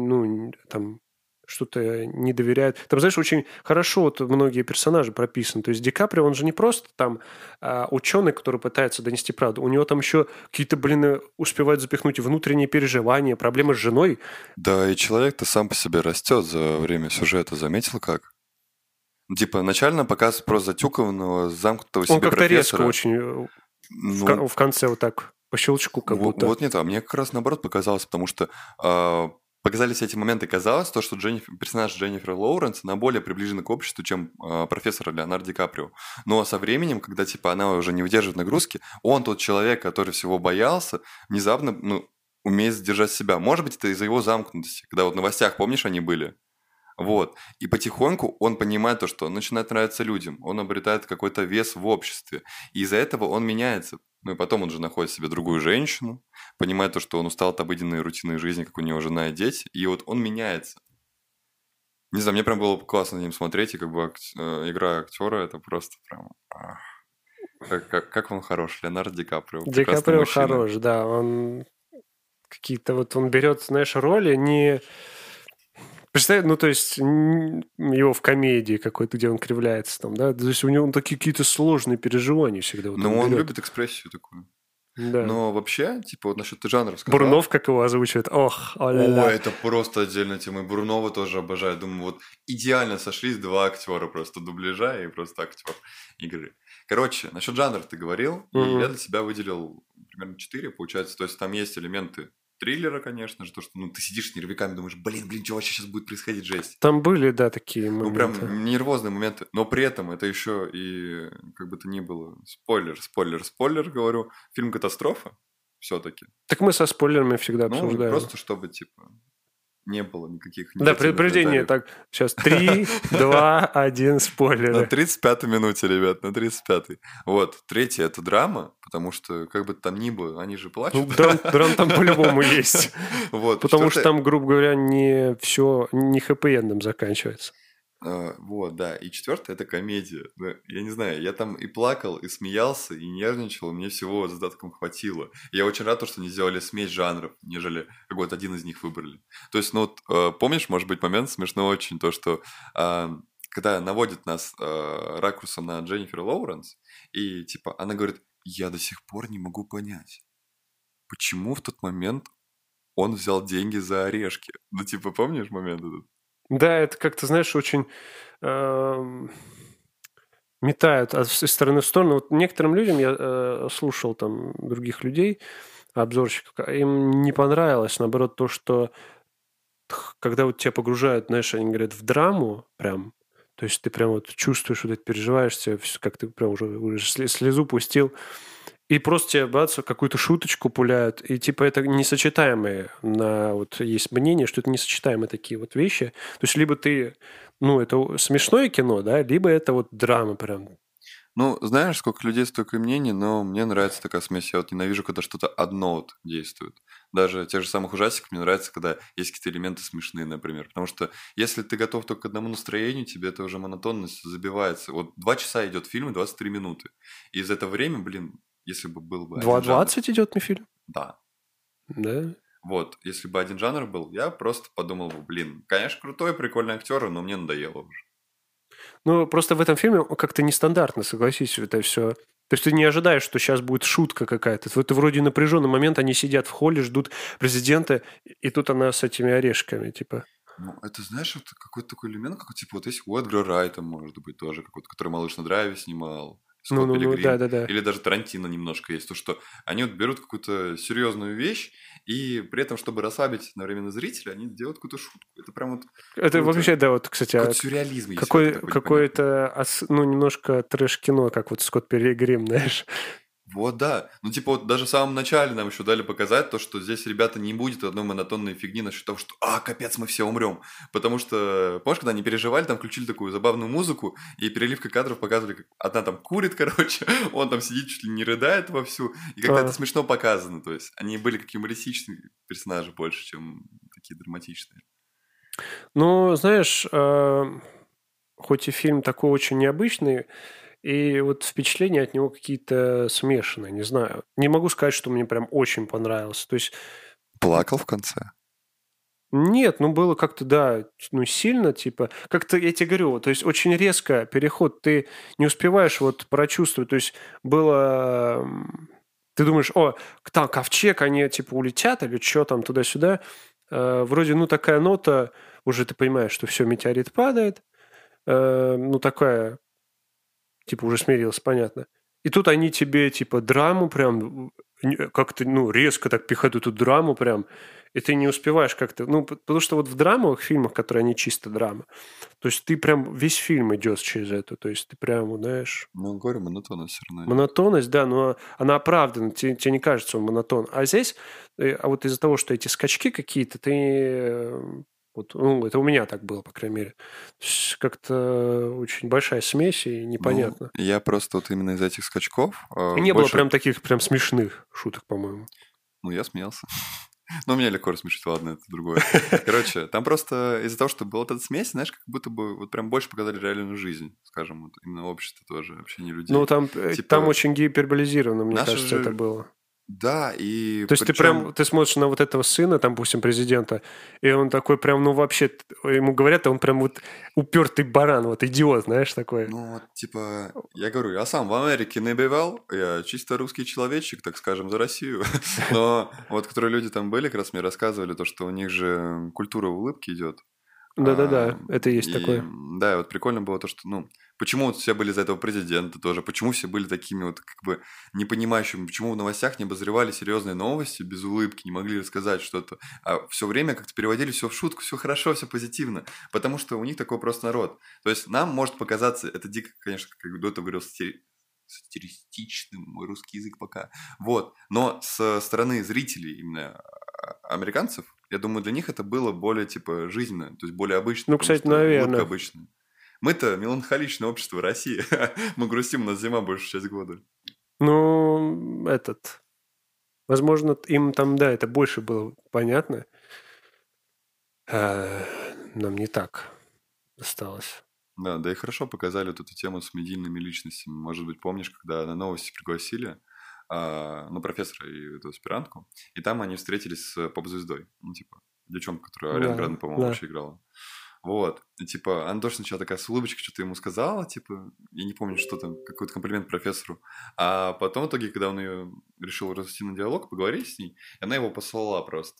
там, что-то не доверяют. Там, знаешь, очень хорошо вот многие персонажи прописаны. То есть Ди Каприо, он же не просто там ученый, который пытается донести правду. У него там еще какие-то, успевают запихнуть внутренние переживания, проблемы с женой. Да, и человек-то сам по себе растет за время сюжета. Заметил как? Типа, начально показ просто затюканного, замкнутого себе Он как-то резко профессора. очень в конце вот так по щелчку как будто. Вот нет, а мне как раз наоборот показалось, потому что показали все эти моменты, казалось, то, что персонаж Дженнифер Лоуренс, она более приближена к обществу, чем профессор Леонардо Ди Каприо. Но со временем, когда типа она уже не выдерживает нагрузки, он тот человек, который всего боялся, внезапно умеет сдержать себя. Может быть, это из-за его замкнутости, когда вот в новостях, помнишь, они были? Вот. И потихоньку он понимает то, что он начинает нравиться людям, он обретает какой-то вес в обществе. И из-за этого он меняется. Ну и потом он же находит себе другую женщину, понимает то, что он устал от обыденной рутинной жизни, как у него жена и дети, и вот он меняется. Не знаю, мне прям было классно на ним смотреть, и как бы игра актера это просто прям... Как он хорош, Леонардо Ди Каприо. Ди Прекрасный Каприо мужчина. хорош, да, он какие-то вот он берет, знаешь, роли не... Представь, ну, то есть, его в комедии какой-то, где он кривляется там, да, то есть у него такие какие-то сложные переживания всегда вот Но он он берет. любит экспрессию такую. Да. Но вообще, типа, вот насчет ты жанров сказал. Бурунов, как его озвучивает, ох, О, о-ля-ля. это просто отдельная тема. И Бурунова тоже обожаю. Думаю, вот идеально сошлись два актера просто дубляжа и просто актер игры. Короче, насчет жанров ты говорил, и я для себя выделил примерно 4, получается. То есть там есть элементы триллера, конечно же, то, что ну, ты сидишь с нервиками, думаешь, блин, что вообще сейчас будет происходить, жесть. Там были, да, такие Ну, моменты. прям нервозные моменты. Но при этом это еще и, как бы то ни было, спойлер, говорю, фильм «Катастрофа» все-таки. Так мы со спойлерами всегда Ну, обсуждаем. просто чтобы, типа, не было никаких Да, негативных предупреждение, комментариев. так, сейчас 3, 2, 1, На спойлеры. 35-й минуте, ребят, на 35-й. Вот, третья – это драма, потому что, как бы там ни было, они же Ну, плачут. драм там по-любому есть. Вот, Потому что четвертая- там, грубо говоря, не все, не хэппи-эндом заканчивается. Вот, да. И четвертое – это комедия. Да, я не знаю, я там и плакал, и смеялся, и нервничал, и мне всего задатком хватило. И я очень рад, что они сделали смесь жанров, нежели какой-то один из них выбрали. То есть, ну вот, помнишь, может быть, момент смешно очень, то, что когда наводит нас ракурсом на Дженнифер Лоуренс, и типа она говорит, я до сих пор не могу понять, почему в тот момент он взял деньги за орешки. Ну, типа, помнишь момент этот? Да, это как-то, знаешь, очень метают из стороны в сторону. Вот некоторым людям, я слушал там других людей, обзорщиков, им не понравилось, наоборот, то, что когда вот тебя погружают, знаешь, они говорят, в драму прям, то есть ты прям вот чувствуешь, вот это переживаешь, тебя как ты прям уже слезу пустил, и просто тебе, бац, какую-то шуточку пуляют, и типа это несочетаемые, вот есть мнение, что это несочетаемые такие вот вещи. То есть либо ты, ну, это смешное кино, да, либо это вот драма прям. Ну, знаешь, сколько людей, столько и мнений, но мне нравится такая смесь. Я вот ненавижу, когда что-то одно вот действует. Даже тех же самых ужастиков мне нравится, когда есть какие-то элементы смешные, например. Потому что если ты готов только к одному настроению, тебе это уже монотонность забивается. Вот 2 часа идет фильм и 23 минуты. И за это время, блин, если бы был бы один жанр... 2.20 идет на фильм? Да. Да. Вот, если бы один жанр был, я просто подумал бы, блин, конечно, крутой, прикольный актер, но мне надоело уже. Ну, просто в этом фильме как-то нестандартно, согласись, это все. То есть ты не ожидаешь, что сейчас будет шутка какая-то. Это вроде напряженный момент, они сидят в холле, ждут президента, и тут она с этими орешками, типа. Ну, это, знаешь, вот какой-то такой элемент, как типа вот есть у Эдгара Райта, может быть, тоже какой-то, который «Малыш на драйве» снимал, Скотт Ну, Пилигрим, да-да-да. или даже Тарантино немножко есть, то, что они вот берут какую-то серьезную вещь, и при этом, чтобы расслабить одновременно зрителя, они делают какую-то шутку. Это прям вот Это круто. вообще, да, вот, кстати, Какой-то сюрреализм есть в этом такой непонятный. какое-то, ну, немножко трэш-кино, как вот Скотт Пилигрим, знаешь. Вот да. Ну, типа, вот даже в самом начале нам еще дали показать то, что здесь, ребята, не будет одной монотонной фигни насчет того, что капец, мы все умрем. Потому что, помнишь, когда они переживали, там включили такую забавную музыку, и переливка кадров показывали, как одна там курит, короче, он там сидит, чуть ли не рыдает вовсю. И как-то это смешно показано. То есть они были как юмористичные персонажи больше, чем такие драматичные. Ну, знаешь, хоть и фильм такой очень необычный, и вот впечатления от него какие-то смешанные, не знаю. Не могу сказать, что мне прям очень понравился. То есть Плакал в конце? нет, ну было как-то, да, ну сильно, типа, как-то, я тебе говорю, то есть очень резко переход, ты не успеваешь вот прочувствовать, то есть было, ты думаешь, там ковчег, они типа улетят или что там туда-сюда, вроде, ну такая нота, уже ты понимаешь, что все, метеорит падает, ну такая, типа уже смирился, понятно. И тут они тебе, типа, драму прям как-то, ну, резко так пихают эту драму прям, и ты не успеваешь как-то... Ну, потому что вот в драмовых фильмах, которые они чисто драма, то есть ты прям весь фильм идешь через это, то есть ты прям, знаешь... Ну, говорю, монотонность все равно. Монотонность, да, но она оправдана, тебе не кажется он монотон. А здесь, вот из-за того, что эти скачки какие-то, ты... Вот, ну, это у меня так было, по крайней мере. То есть как-то очень большая смесь и непонятно. Ну, я просто вот именно из этих скачков... И не было больше... прям таких прям смешных шуток, по-моему. Ну, я смеялся. Ну, меня легко рассмешить, ладно, это другое. Короче, там просто из-за того, что была вот эта смесь, знаешь, как будто бы вот прям больше показали реальную жизнь, скажем, вот именно общество тоже, общение Ну, людей. там Типа, очень гиперболизировано, мне наши кажется, это же... было. Да, и То есть причем... ты смотришь на вот этого сына, там, допустим, президента, и он такой прям, ну, вообще, ему говорят, а он прям вот упертый баран, вот идиот, знаешь, такой. Ну, вот, типа, я говорю, я сам в Америке не бывал, я чисто русский человечек, так скажем, за Россию. Но вот, которые люди там были, как раз мне рассказывали, то, что у них же культура улыбки идет. А, Да-да-да, это есть И такое. да, и вот прикольно было то, что, ну, почему вот все были за этого президента тоже, почему все были такими вот как бы непонимающими, почему в новостях не обозревали серьезные новости без улыбки, не могли рассказать что-то, а все время как-то переводили все в шутку, все хорошо, все позитивно, потому что у них такой просто народ. То есть нам может показаться, это дико, конечно, как до этого говорил, сатиристичным, мой русский язык пока. Вот. Но со стороны зрителей именно американцев, я думаю, для них это было более, типа, жизненно, то есть более обычно, Ну, потому кстати, что улыбка наверное. обычная. Мы-то меланхоличное общество России. Мы грустим, у нас зима большую часть года. Ну, возможно, им там, да, это больше было понятно. А нам не так досталось. Да, да и хорошо показали вот эту тему с медийными личностями. Может быть, помнишь, когда на новости пригласили, ну, профессора и эту аспирантку, и там они встретились с поп-звездой. Ну, типа, девчонка, которая Ариана Да, Гранде, по-моему, да. вообще играла. Вот. И, типа, она тоже сначала такая с улыбочкой что-то ему сказала, типа, я не помню, что там, какой-то комплимент профессору. А потом, в итоге, когда он ее решил развести на диалог, поговорить с ней, она его послала просто.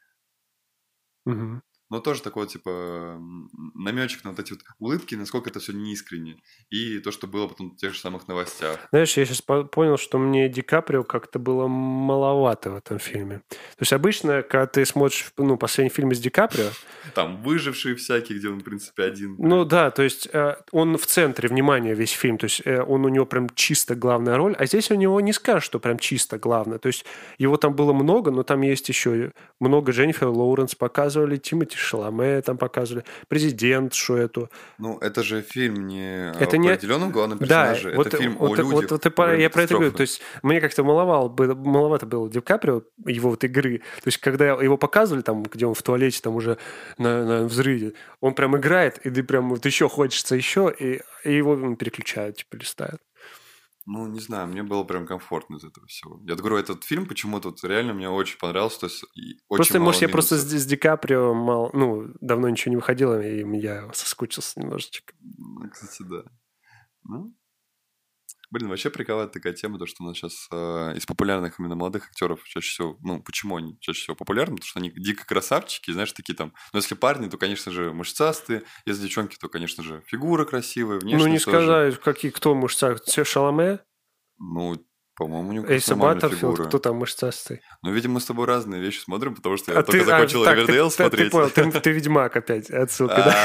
Мгм. Но тоже такой, типа, намечек на вот эти вот улыбки, насколько это все неискренне. И то, что было потом в тех же самых новостях. Знаешь, я сейчас понял, что мне Ди Каприо как-то было маловато в этом фильме. То есть обычно, когда ты смотришь, ну, последний фильм с Ди Каприо, Там выжившие всякие, где он, в принципе, один. ну да, то есть он в центре внимания весь фильм, то есть он у него прям чисто главная роль, а здесь у него не скажешь, что прям чисто главное, то есть его там было много, но там есть еще много Дженнифер Лоуренс показывали, Тимоти Шаломе там показывали, президент, что это. Ну, это же фильм не Это по не... определенном главном Да, персонаже, это фильм о вот людях и во время я про это говорю. катастрофы. То есть мне как-то маловато было Ди Каприо, его вот игры. То есть когда его показывали, там, где он в туалете, там уже на взрыве, он прям играет, и ты прям вот еще хочется еще, и его переключают, типа листают. Ну, не знаю, мне было прям комфортно из этого всего. Я говорю, этот фильм почему-то вот реально мне очень понравился, то есть и очень Просто, мало может, я просто минусов. с Ди Каприо давно ничего не выходило, и я соскучился немножечко. Ну, кстати, да. Ну, блин, вообще прикольная такая тема, то, что у нас сейчас из популярных именно молодых актеров чаще всего, ну, почему они чаще всего популярны, потому что они дико красавчики, знаешь, такие там, ну, если парни, то, конечно же, мышцастые, если девчонки, то, конечно же, фигура красивая, Ну, не внешность тоже. сказать, кто мужца, Шаломе, Ну, по-моему, у него как раз Эйса нормальная Баттерфилд, фигура. кто там мышцастый? Но, видимо, мы с тобой разные вещи смотрим, потому что я А только ты, закончил так, Ривердейл ты смотреть. понял, ты Ведьмак опять, отсылка, да?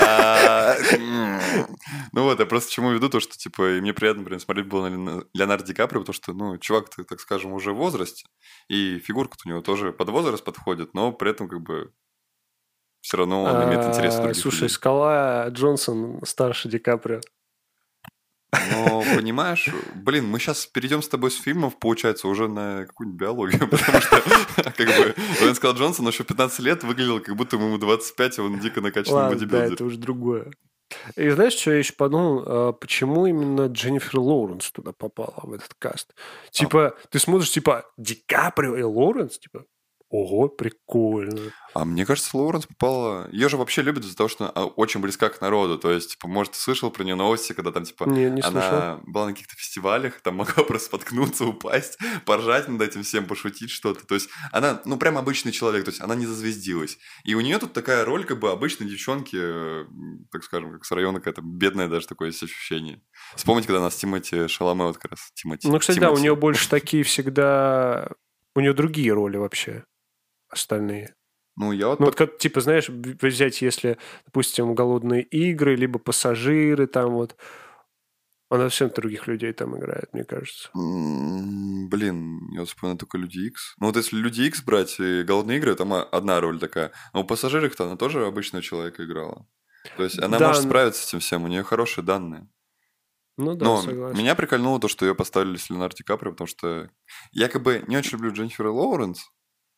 Ну вот, я просто к чему веду, то, что, типа, и мне приятно, например, смотреть было на Леонардо Ди Каприо, потому что, ну, чувак, так скажем, уже в возрасте, и фигурка у него тоже под возраст подходит, но при этом, как бы, все равно он имеет интересы других Слушай, людей. Скала Джонсон старше Ди Каприо. Но, понимаешь, блин, мы сейчас перейдем с тобой с фильмов, получается, уже на какую-нибудь биологию, потому что, как бы, Дуэйн Скала Джонсон еще 15 лет выглядел, как будто ему 25, а он дико накачанный Ладно, да, бодибилдер. это уже другое. И знаешь, что я еще подумал? Почему именно Дженнифер Лоуренс туда попала, в этот каст? А Типа, ты смотришь, типа, Ди Каприо и Лоуренс, типа, ого, прикольно. А мне кажется, Лоуренс попала... Ее же вообще любят из-за того, что она очень близка к народу. То есть, типа, может, ты слышал про нее новости, когда там, типа, Не слышал. она была на каких-то фестивалях, там могла просто споткнуться, упасть, поржать над этим всем, пошутить что-то. То есть, она, ну, прям обычный человек, то есть, она не зазвездилась. И у нее тут такая роль, как бы, обычной девчонки, так скажем, как с района какая-то бедная даже такое есть ощущение. Вспомните, когда она с Тимоти Шаломе, вот как раз, Ну, кстати, да, у нее Тимоти. больше такие всегда... У нее другие роли вообще остальные. Ну, я вот Ну, вот как, типа, знаешь, взять, если, допустим, «Голодные игры», либо «Пассажиры», там вот, она совсем других людей там играет, мне кажется. Блин, я вспоминаю только Люди Икс. Ну вот если Люди Икс брать и Голодные игры, там одна роль такая. Но у Пассажирах-то она тоже обычного человека играла. То есть она Да, может справиться с этим всем, у нее хорошие данные. ну да, Но согласен. меня прикольнуло то, что ее поставили с Леонардо Ди Каприо, потому что я как бы не очень люблю Дженнифер Лоуренс,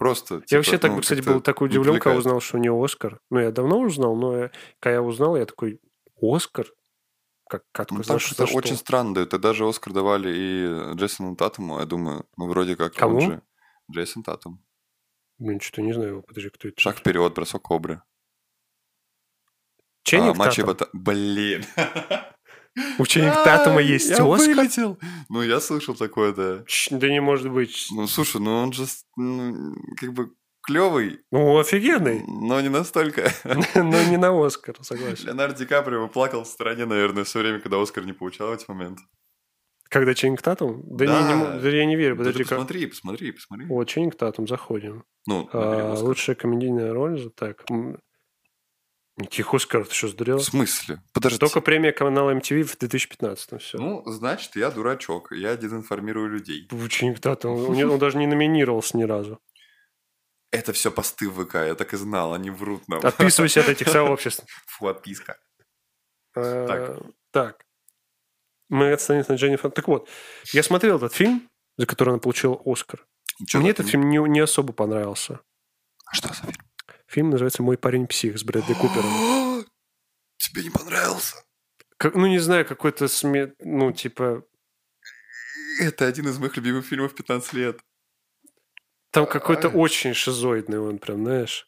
Просто, Я типа, вообще так, ну, кстати, как-то был так не удивлен, когда привлекает. узнал, что у него Оскар. Ну, я давно узнал, но когда я узнал, я такой, Оскар? Ну, там За что-то очень что? странно дают. Тогда же Оскар давали и Джейсону Татуму. Я думаю, ну, вроде как он Кому? же Джейсон Татум. Блин, что-то не знаю его. Подожди, кто это Шаг такой? вперед, бросок кобры. Ченнинг Матч Татум? Эббота. Блин. У Ченнинг Татума есть Я Оскар? вылетел. Ну, я слышал такое, да. Да не может быть. Ну, слушай, ну он же как бы клевый, Ну, офигенный. но не настолько. Но не на Оскар, согласен. Леонардо Ди Каприо плакал в стороне, наверное, все время, когда Оскар не получал в эти моменты. Когда Ченнинг Татум? Да Да. я не верю, Да ты подожди-ка. посмотри. Вот, Ченнинг Татум, заходим. Ну, набери Оскар. Лучшая комедийная роль. Так. Никаких Оскаров, ты что, В сдурел? смысле? Подожди. Только премия канала MTV в 2015-м, все. Ну, значит, я дурачок. Я дезинформирую людей. Ченнинг Татум, он даже не номинировался ни разу. Это все посты в ВК, я так и знал, они врут нам. Отписывайся от этих сообществ. Фу, отписка. Так. Так. Мы остановились на Дженнифер. Так вот, я смотрел этот фильм, за который она получила Оскар. Мне этот фильм не особо понравился. А что за фильм? Фильм называется «Мой парень псих» с Брэдли Купером. Тебе не понравился? Ну, не знаю, какой-то ну, типа... Это один из моих любимых фильмов 15 лет. Там какой-то очень шизоидный он прям, знаешь.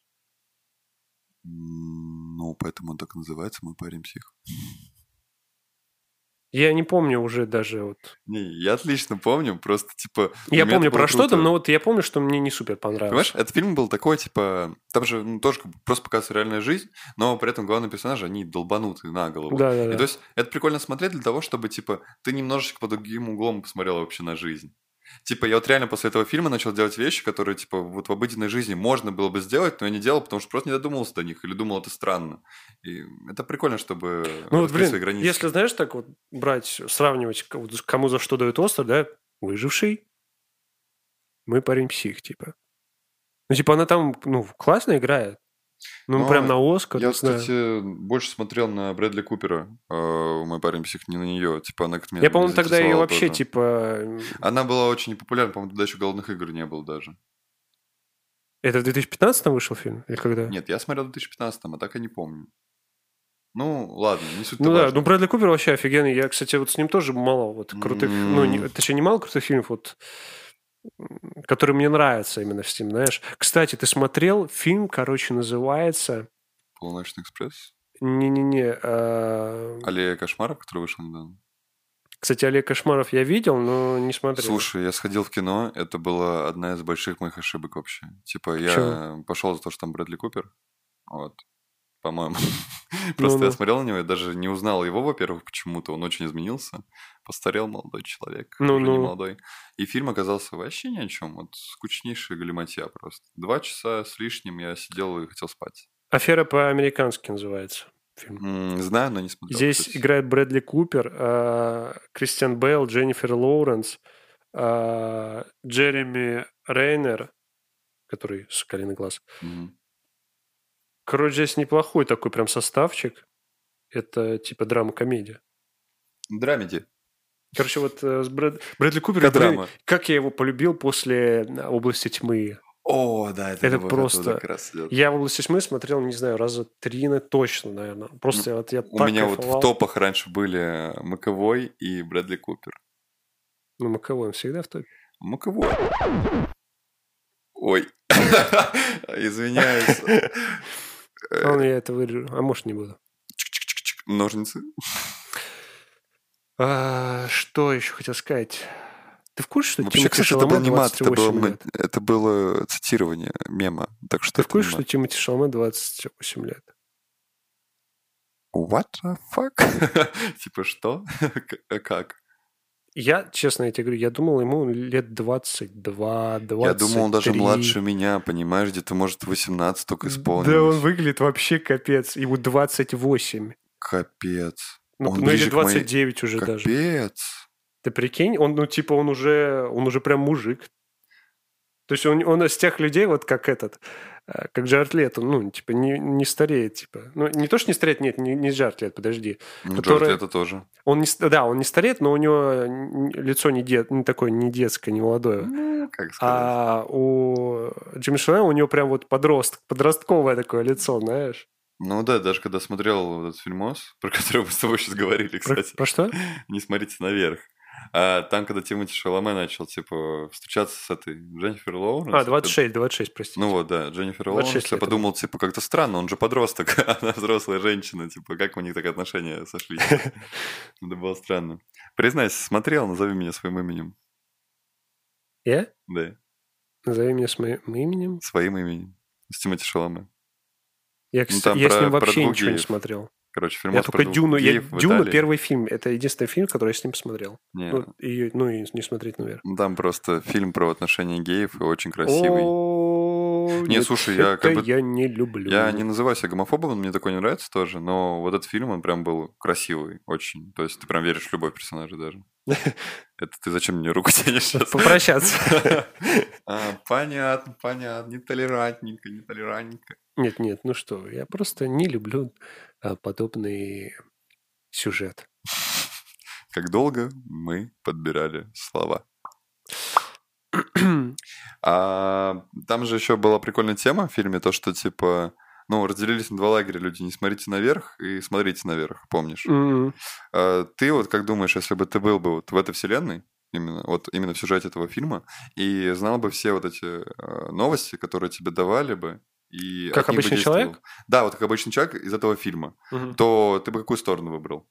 Ну, поэтому он так и называется, «Мой парень псих». Я не помню уже даже вот... Не, я отлично помню, просто, типа... Я помню про что круто. там, но вот я помню, что мне не супер понравился. Понимаешь, этот фильм был такой, типа... Там же тоже просто показывается реальная жизнь, но при этом главные персонажи, они долбанутые на голову. Да. И то есть это прикольно смотреть для того, чтобы, типа, ты немножечко под другим углом посмотрел вообще на жизнь. Типа, я вот реально после этого фильма начал делать вещи, которые, типа, вот в обыденной жизни можно было бы сделать, но я не делал, потому что просто не додумался до них или думал, это странно. И это прикольно, чтобы ну вот, раскрыть свои границы. если, знаешь, так вот брать, сравнивать, кому за что дают Оскар, да, «Выживший», «Мой парень псих», типа. Ну, типа, она там, ну, классно играет. Ну, прям на Оскар, я, не знаю. кстати, больше смотрел на Брэдли Купера, «Мой парень псих», не на нее. Типа, она как-то меня Я, по-моему, тогда ее заинтересовала вообще, тоже. типа... Она была очень непопулярна, по-моему, тогда еще «Голодных игр» не было даже. Это в 2015-м вышел фильм? Или когда? Нет, я смотрел в 2015-м, а так я не помню. Ну, ладно, не суть-то Ну да, важно. ну Брэдли Купер вообще офигенный. Я, кстати, вот с ним тоже мало вот крутых... Ну, точнее, не мало крутых фильмов, вот, которые мне нравятся именно с ним, знаешь. Кстати, ты смотрел фильм, короче, называется... «Полуночный экспресс»? Не-не-не. «Аллея кошмаров», который вышел недавно? Кстати, Олег Кошмаров я видел, но не смотрел. Слушай, я сходил в кино, это была одна из больших моих ошибок вообще. Типа, я пошел за то, что там Брэдли Купер, вот, по-моему. Просто я смотрел на него, я даже не узнал его, во-первых, почему-то, он очень изменился. Постарел молодой человек, уже не молодой. И фильм оказался вообще ни о чем, вот скучнейшая галиматья просто. 2 часа с лишним я сидел и хотел спать. «Афера по-американски» называется фильм. Знаю, но не смотрел. Здесь кстати. играет Брэдли Купер, Кристиан Бейл, Дженнифер Лоуренс, Джереми Рейнер, который «Соколиный глаз». Короче, здесь неплохой такой прям составчик. Это типа драма-комедия. Драмеди. Короче, вот с Брэдли Купер, блин, как я его полюбил после «Области тьмы». О, да, это просто... как раз идет. Я в «Области тьмы» смотрел, не знаю, раза 3 точно, наверное. Просто вот я У меня вот в топах раньше были Маковой и Брэдли Купер. Ну, Маковой, он всегда в топе. Маковой. Ой. Извиняюсь. Я это вырежу. А может, не буду. Ножницы. Что еще хотел сказать? Ты в курсе, что Вообще, Тимоти кстати, Шаломе это был не мат, 28 лет? это было цитирование мема. Так что Ты в курсе, что Тимоти Шаломе 28 лет? What the fuck? Типа что? Как? Я, честно, я тебе говорю, я думал, ему лет 22, 23. Я думал, он даже младше меня, понимаешь, где-то, может, 18 только исполнилось. Да, он выглядит вообще капец. Ему 28. Капец. Ну, или 29 уже даже. Капец. Ты прикинь, он уже прям мужик. То есть он из тех людей, вот как как Джаред Лето, ну, типа, не стареет, типа. Ну, не то, что не стареет, нет, не Джаред Лето, подожди. Джаред Лето тоже. Он не стареет, но у него лицо не такое, не детское, не молодое. как сказать. А у Джимми Шалама у него прям вот подростковое такое лицо, знаешь. Ну да, даже когда смотрел этот фильмос, про который мы с тобой сейчас говорили, кстати. Про что? Не смотрите наверх. А там, когда Тимоти Шаломе начал, типа, встречаться с этой Дженнифер Лоуренс. 26, простите. Ну вот, да, Дженнифер 26 Лоуренс. Я лет подумал, типа, как-то странно, он же подросток, она взрослая женщина, типа, как у них так отношения сошлись? Это было странно. Признайся, смотрел, назови меня своим именем. Я? Да, Назови меня своим именем. своим именем. С Тимоти Шаломе. Я Ну, там с про ним вообще двух ничего не геев. смотрел. Короче, Я фильмос только про двух Дюну. геев в Дюна Италии. первый фильм. Это единственный фильм, который я с ним посмотрел. Не, И не смотреть наверх. там просто фильм про отношения геев и очень красивый. Не, Нет, слушай, я как бы... я не люблю. Я не называю себя гомофобом, мне такой не нравится тоже, но вот этот фильм, он прям был красивый очень. То есть ты прям веришь в любовь персонажа даже. Это ты зачем мне руку тянешь сейчас? Попрощаться. Понятно, нетолерантненько. Нет, ну что, я просто не люблю подобный сюжет. Как долго мы подбирали слова. Там же еще была прикольная тема в фильме, то, что типа, ну, разделились на два лагеря люди, не смотрите наверх и смотрите наверх, помнишь? Ты вот как думаешь, если бы ты был бы вот в этой вселенной, именно в сюжете этого фильма, и знал бы все вот эти новости, которые тебе давали бы, и как одним бы обычный действовал. человек? Да, вот как обычный человек из этого фильма, то ты бы какую сторону выбрал?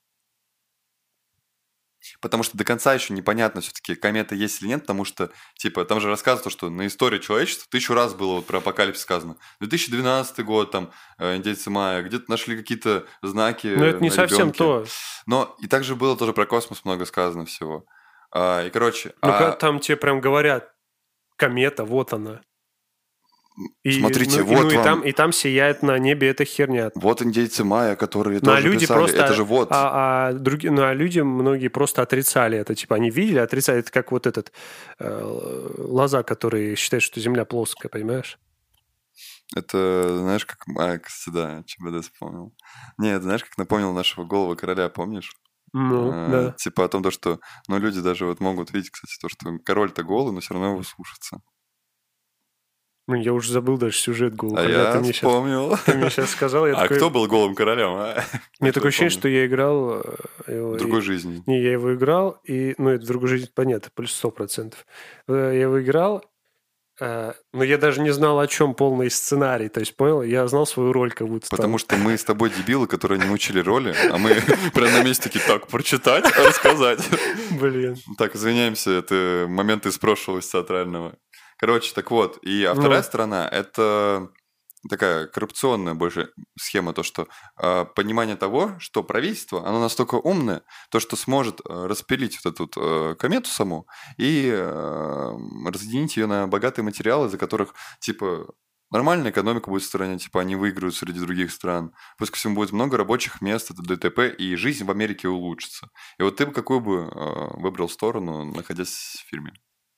Потому что до конца еще непонятно все-таки, комета есть или нет, потому что, типа, там же рассказывают, что на истории человечества 1000 раз было вот про апокалипсис сказано. 2012 год, там, индейцы майя, где-то нашли какие-то знаки. Но это не на совсем ребенке. то. Но и также было тоже про космос много сказано всего. И, короче... Ну, там тебе прям говорят, комета, вот она. Смотрите, и там сияет на небе эта херня. Вот индейцы майя, которые Ну, тоже люди писали, просто, это же вот. люди многие просто отрицали это. Типа они видели, отрицали. Это как вот этот Лоза, который считает, что Земля плоская, понимаешь? Это, знаешь, как... кстати, да, ЧБД вспомнил. Не, это, знаешь, как напомнил нашего голого короля, помнишь? Ну, да. Типа о том, что... Ну, люди даже вот могут видеть, кстати, то, что король-то голый, но все равно его слушаться. Ну, я уже забыл даже сюжет голого короля. Я вспомнил. Ты мне сейчас сказал. Я такой... кто был голым королем, Мне такое ощущение, что я играл... В другой жизни. Не, я его играл, и... Ну, это в другой жизни, понятно, плюс 100%. Я его играл, но я даже не знал, о чем полный сценарий. То есть, понял? Я знал свою роль, как будто... Потому что мы с тобой дебилы, которые не учили роли, а мы прям на месте такие, так, прочитать, рассказать. Блин. Так, извиняемся, это моменты из прошлого, из театрального. Короче, так вот, вторая сторона – это такая коррупционная больше схема, то, что понимание того, что правительство, оно настолько умное, то, что сможет распилить вот эту вот, комету саму и разъединить ее на богатые материалы, за которых, типа, нормальная экономика будет в стране, типа, они выиграют среди других стран. Плюс ко всему будет много рабочих мест, это ДТП, и жизнь в Америке улучшится. И вот ты бы какую бы выбрал сторону, находясь в фильме?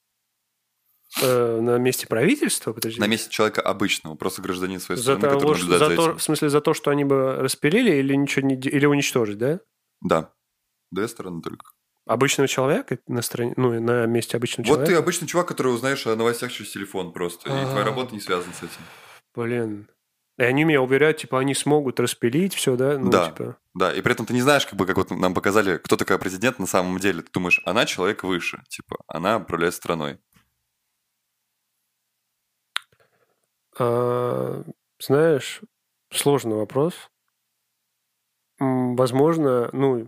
На месте правительства? Подожди. На месте человека обычного, просто гражданин своей страны, который наблюдает за этим. В смысле, за то, что они бы распилили или ничего не или уничтожить, да? Да. Две стороны только. Обычного человека на стороне, ну, на месте обычного Вот человека? ты обычный чувак, который узнаешь о новостях через телефон просто, и твоя работа не связана с этим. Блин. И они меня уверяют, типа, они смогут распилить все, да? Ну, да, типа... да, и при этом ты не знаешь, как вот нам показали, кто такая президент на самом деле. Ты думаешь, она человек выше, типа, она управляет страной. Знаешь, сложный вопрос. Возможно, ну,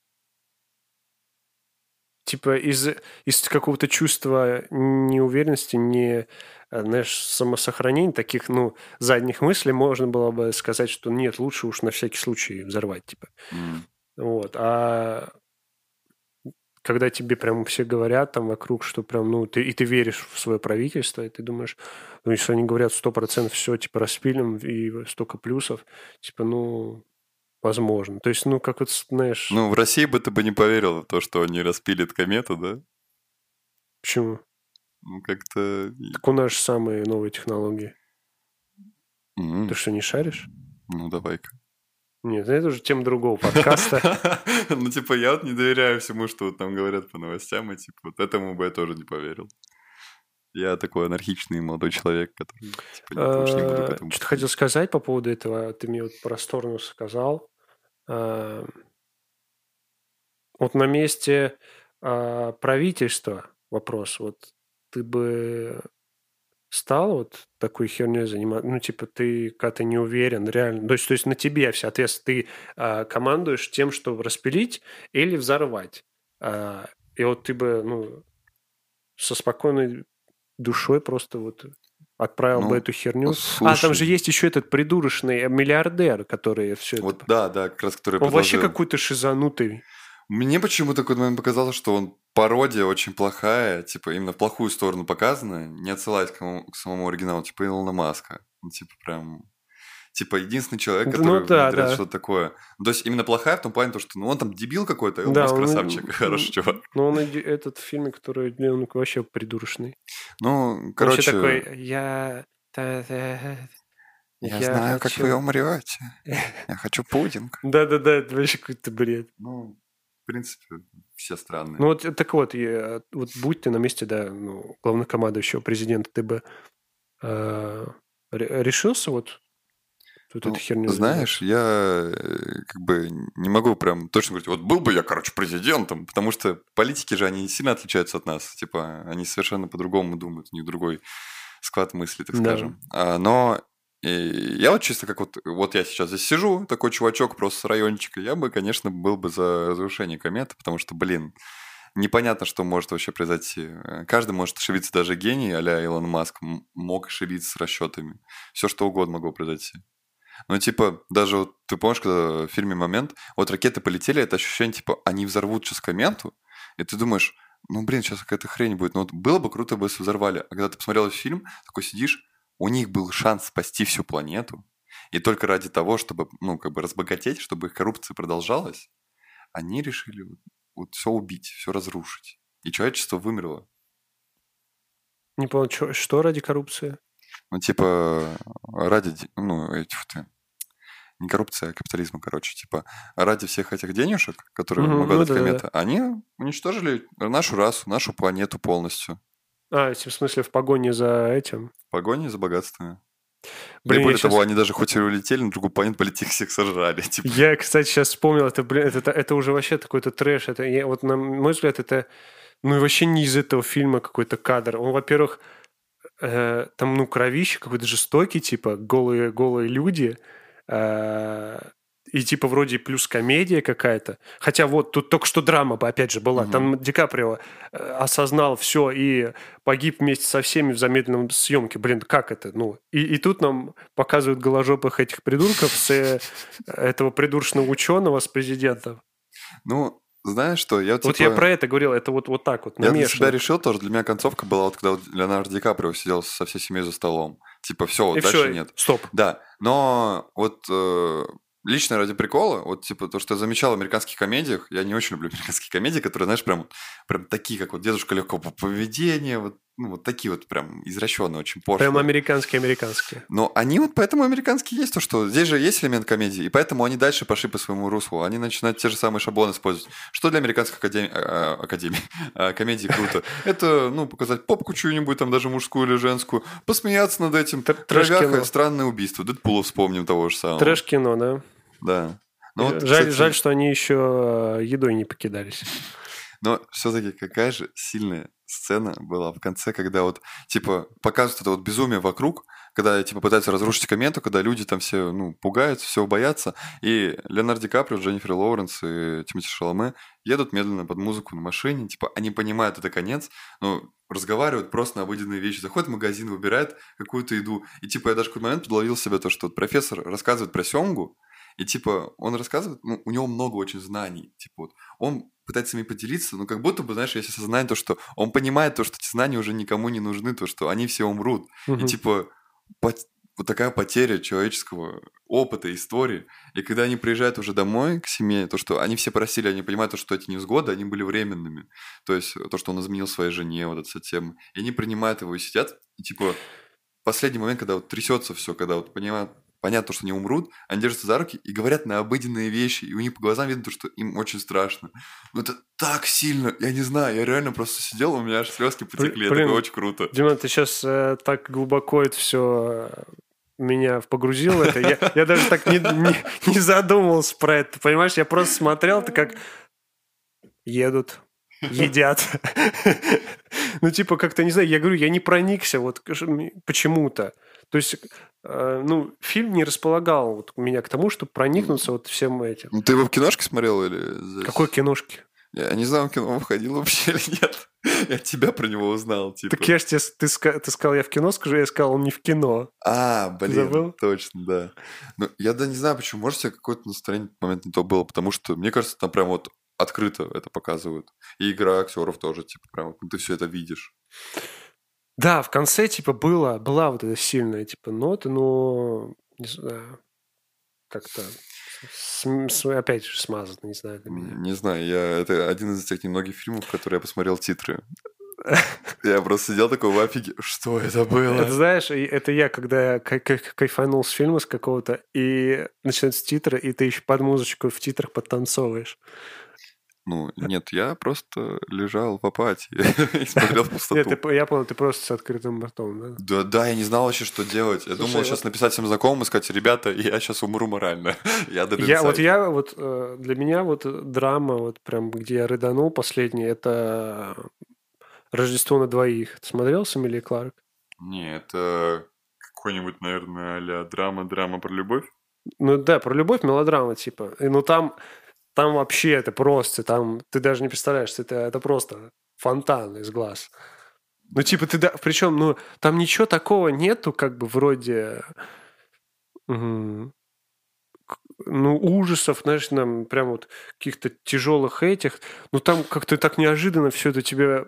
типа из какого-то чувства неуверенности, знаешь, самосохранения, таких, ну, задних мыслей, можно было бы сказать, что нет, лучше уж на всякий случай взорвать, типа. Вот. А когда тебе прям все говорят там вокруг, что прям, ну, ты веришь в свое правительство, и ты думаешь, ну, если они говорят 100% все, типа, распилим, и столько плюсов, типа, ну, возможно. То есть, ну, как вот, знаешь... Ну, в России бы ты бы не поверил в то, что они распилят комету, да? Почему? Ну, как-то... Так у нас же самые новые технологии. Ты что, не шаришь? Ну, давай-ка. Нет, это уже тема другого подкаста. Ну, типа, я вот не доверяю всему, что вот там говорят по новостям, и, типа, вот этому бы я тоже не поверил. Я такой анархичный молодой человек, который, типа, нет, лучше не буду к этому Что-то подходить. хотел сказать по поводу этого. Ты мне вот про сторону сказал. А, Вот на месте правительства вопрос. Вот ты бы стал вот такой херней заниматься? Ну, типа, ты, когда ты не уверен, реально. То есть на тебе вся ответственность. Ты командуешь тем, чтобы распилить или взорвать. И вот ты бы, ну, со спокойной душой просто вот отправил бы Ну, эту херню. Там же слушай, есть еще этот придурочный миллиардер, который все это... вот да, да, как раз который Он вообще предложил. какой-то шизанутый. Мне почему-то в какой-то момент показалось, что он пародия очень плохая, типа именно в плохую сторону показана, не отсылаясь к самому оригиналу, типа Илона Маска. Ну, типа прям... Типа единственный человек, Ну который да, внедряет да. что-то такое. Ну, то есть именно плохая в том плане, то, что ну, он там дебил какой-то, а Илон Да, Маск красавчик, он, хороший чувак. ну, этот фильм, который он вообще придурочный. Ну, Он вообще короче, такой, я я знаю, как вы хочу... умрете. Я хочу пудинг. Да-да-да, это вообще какой-то бред. Ну, в принципе, все странные. Ну вот так вот, вот будь ты на месте, да, ну, главнокомандующего президента, ты бы э, решился вот этой Ну, херней знаешь, заниматься? я как бы не могу прям точно говорить, вот был бы я, короче, президентом, потому что политики же, они сильно отличаются от нас. Типа, они совершенно по-другому думают, у них другой склад мысли, так Да. скажем. Но я вот чисто как вот я сейчас здесь сижу, такой чувачок просто с райончика, я бы, конечно, был бы за разрушение кометы, потому что, блин, непонятно, что может вообще произойти. Каждый может ошибиться, даже гений а-ля Илон Маск мог ошибиться с расчетами. Все что угодно могло произойти. Ну, типа, даже вот ты помнишь, когда в фильме «Момент», вот ракеты полетели, это ощущение, типа, они взорвут сейчас комету, и ты думаешь, ну, блин, сейчас какая-то хрень будет. Ну, вот было бы круто, бы если взорвали. А когда ты посмотрел этот фильм, такой сидишь, у них был шанс спасти всю планету, и только ради того, чтобы, ну, как бы разбогатеть, чтобы их коррупция продолжалась, они решили вот все убить, все разрушить. И человечество вымерло. Не понял, что ради коррупции? Ну, типа, ради, ну, этих не коррупция, а капитализма, короче, типа, ради всех этих денежек, которые Мгм, могла ну дать да-да-да. комета, они уничтожили нашу расу, нашу планету полностью В смысле, в погоне за этим? в погоне за богатствами. И Блин, я более того, сейчас... они даже хоть и улетели на другую планету, полетели, всех сожрали, типа. Я, кстати, сейчас вспомнил, это, блин, это уже вообще какой-то трэш. Вот, на мой взгляд, это, ну, и вообще не из этого фильма какой-то кадр. Он, во-первых, там, ну, кровище какой-то жестокий, типа, голые люди. э, и, типа, вроде плюс комедия какая-то. Хотя вот тут только что драма, опять же, была. Мгм. Там Ди Каприо осознал все и погиб вместе со всеми в замедленном съемке. Блин, как это? Ну, и тут нам показывают голожопых этих придурков с этого придурочного ученого с президентом. Ну, знаешь что, я Вот я типа... про это говорил, это вот так вот, Я для себя намешано. решил тоже, для меня концовка была вот когда вот Леонардо Ди Каприо сидел со всей семьей за столом. Типа, все, вот И дальше все, нет. стоп. Да, но вот лично ради прикола, вот типа то, что я замечал в американских комедиях, я не очень люблю американские комедии, которые, знаешь, прям такие, как вот «Дедушка легкого поведения», вот, ну, вот такие вот прям извращенные, очень Прям пошлые. американские-американские. Но они вот поэтому американские есть, то, что здесь же есть элемент комедии, и поэтому они дальше пошли по своему руслу. Они начинают те же самые шаблоны использовать. Что для американской академии комедии круто? Это, ну, показать попку чью-нибудь, там даже мужскую или женскую, посмеяться над этим. Травяха, Трэш-кино. странное убийство. Дэдпула вспомним того же самого. Трэш-кино, да. Да. Ну вот, Жаль, кстати, что они еще едой не покидались. но все-таки какая же сильная сцена была в конце, когда вот, типа, показывают это вот безумие вокруг, когда, типа, пытаются разрушить комету, когда люди там все, ну, пугаются, все боятся, и Леонардо Ди Каприо, Дженнифер Лоуренс и Тимоти Шаломе едут медленно под музыку на машине, типа, они понимают, это конец, но разговаривают просто на обыденные вещи, заходят в магазин, выбирают какую-то еду, и, типа, я даже в какой-то момент подловил себя то, что вот профессор рассказывает про сёмгу, и, типа, он рассказывает, ну, у него много очень знаний, типа, вот, он пытается ими поделиться, но как будто бы, знаешь, есть осознание то, что он понимает то, что эти знания уже никому не нужны, то, что они все умрут. И Мгм. типа вот такая потеря человеческого опыта, истории. И когда они приезжают уже домой к семье, то, что они все просили, они понимают, то, что эти невзгоды, они были временными. То есть то, что он изменил своей жене, вот эта вся тема. И они принимают его и сидят, и типа последний момент, когда вот трясется все, когда вот понимают, понятно, что они умрут, они держатся за руки и говорят на обыденные вещи, и у них по глазам видно, что им очень страшно. Но это так сильно, я не знаю, я реально просто сидел, у меня аж слезки потекли, это было очень круто. Дима, ты сейчас так глубоко это все меня погрузил в это. Я даже так не задумывался про это, понимаешь? Я просто смотрел, это как едут, едят. Ну, типа, как-то, не знаю, я говорю, я не проникся вот почему-то. То есть, ну, фильм не располагал вот меня к тому, чтобы проникнуться вот всем этим. Ну, ты его в киношке смотрел или здесь? Какой киношки? Я не знаю, в кино выходил вообще или нет. Я от тебя про него узнал, типа. Так я ж тебе, ты сказал, я в кино скажу, я сказал, он не в кино. Блин, забыл? точно, да. Ну, я не знаю, почему, может, у тебя какое-то настроение в момент не то было, потому что, мне кажется, там прям вот открыто это показывают. И игра актеров тоже, типа, прям вот, ты все это видишь. Да, в конце, типа, была вот эта сильная, типа, нота, но, не знаю, как-то опять же смазано, не знаю, для меня. Не знаю, это один из тех немногих фильмов, в которые я посмотрел титры. Я просто сидел такой в офиге, что это было? Это, знаешь, это я, когда кайфанул с фильма с какого-то, и начинаются титры, и ты еще под музычку в титрах подтанцовываешь. Ну, нет, я просто лежал в апатии и смотрел в пустоту. Нет, я понял, ты просто с открытым ртом, да? Да, я не знал вообще, что делать. Я думал сейчас написать всем знакомым и сказать, ребята, я сейчас умру морально. Я для меня вот драма, вот прям где я рыданул последний, это «Рождество на двоих». Ты смотрел с Эмилией Кларк? Не, это какой-нибудь, наверное, а-ля драма про любовь. Ну да, про любовь, мелодрама типа. Ну там вообще это просто, там ты даже не представляешь, это просто фонтан из глаз. Ну типа причем, ну там ничего такого нету, как бы вроде, ну ужасов, знаешь, нам прям вот каких-то тяжелых этих. Ну там как-то так неожиданно все это тебе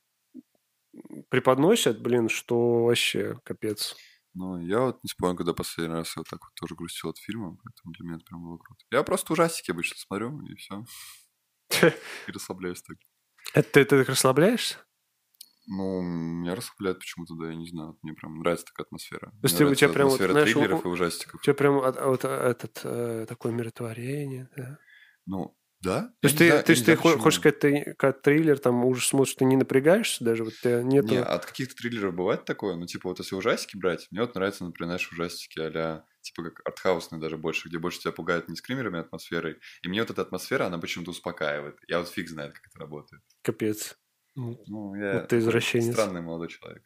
преподносят, блин, что вообще капец. Ну, я вот не вспомню, когда последний раз я вот так вот тоже грустил от фильма, поэтому для меня это прям было круто. Я просто ужастики обычно смотрю, и все. И расслабляюсь так. Это ты так расслабляешься? Ну, меня расслабляет почему-то, да, я не знаю. Мне прям нравится такая атмосфера. То есть Мне у тебя нравится прям вот, атмосфера знаешь, триллеров и ужастиков. у тебя прям вот такое умиротворение, да? Ну, да. То есть ты хочешь сказать, ты как триллер, там ужас смотришь, ты не напрягаешься даже? Вот нету... Не, от каких-то триллеров бывает такое, ну, типа, вот если ужастики брать, мне вот нравится, например, знаешь, ужастики а-ля, типа, как артхаусные даже больше, где больше тебя пугают не скримерами, а атмосферой. И мне вот эта атмосфера, она почему-то успокаивает. Я вот фиг знает, как это работает. Капец. Ну, я вот ты извращенец. странный молодой человек.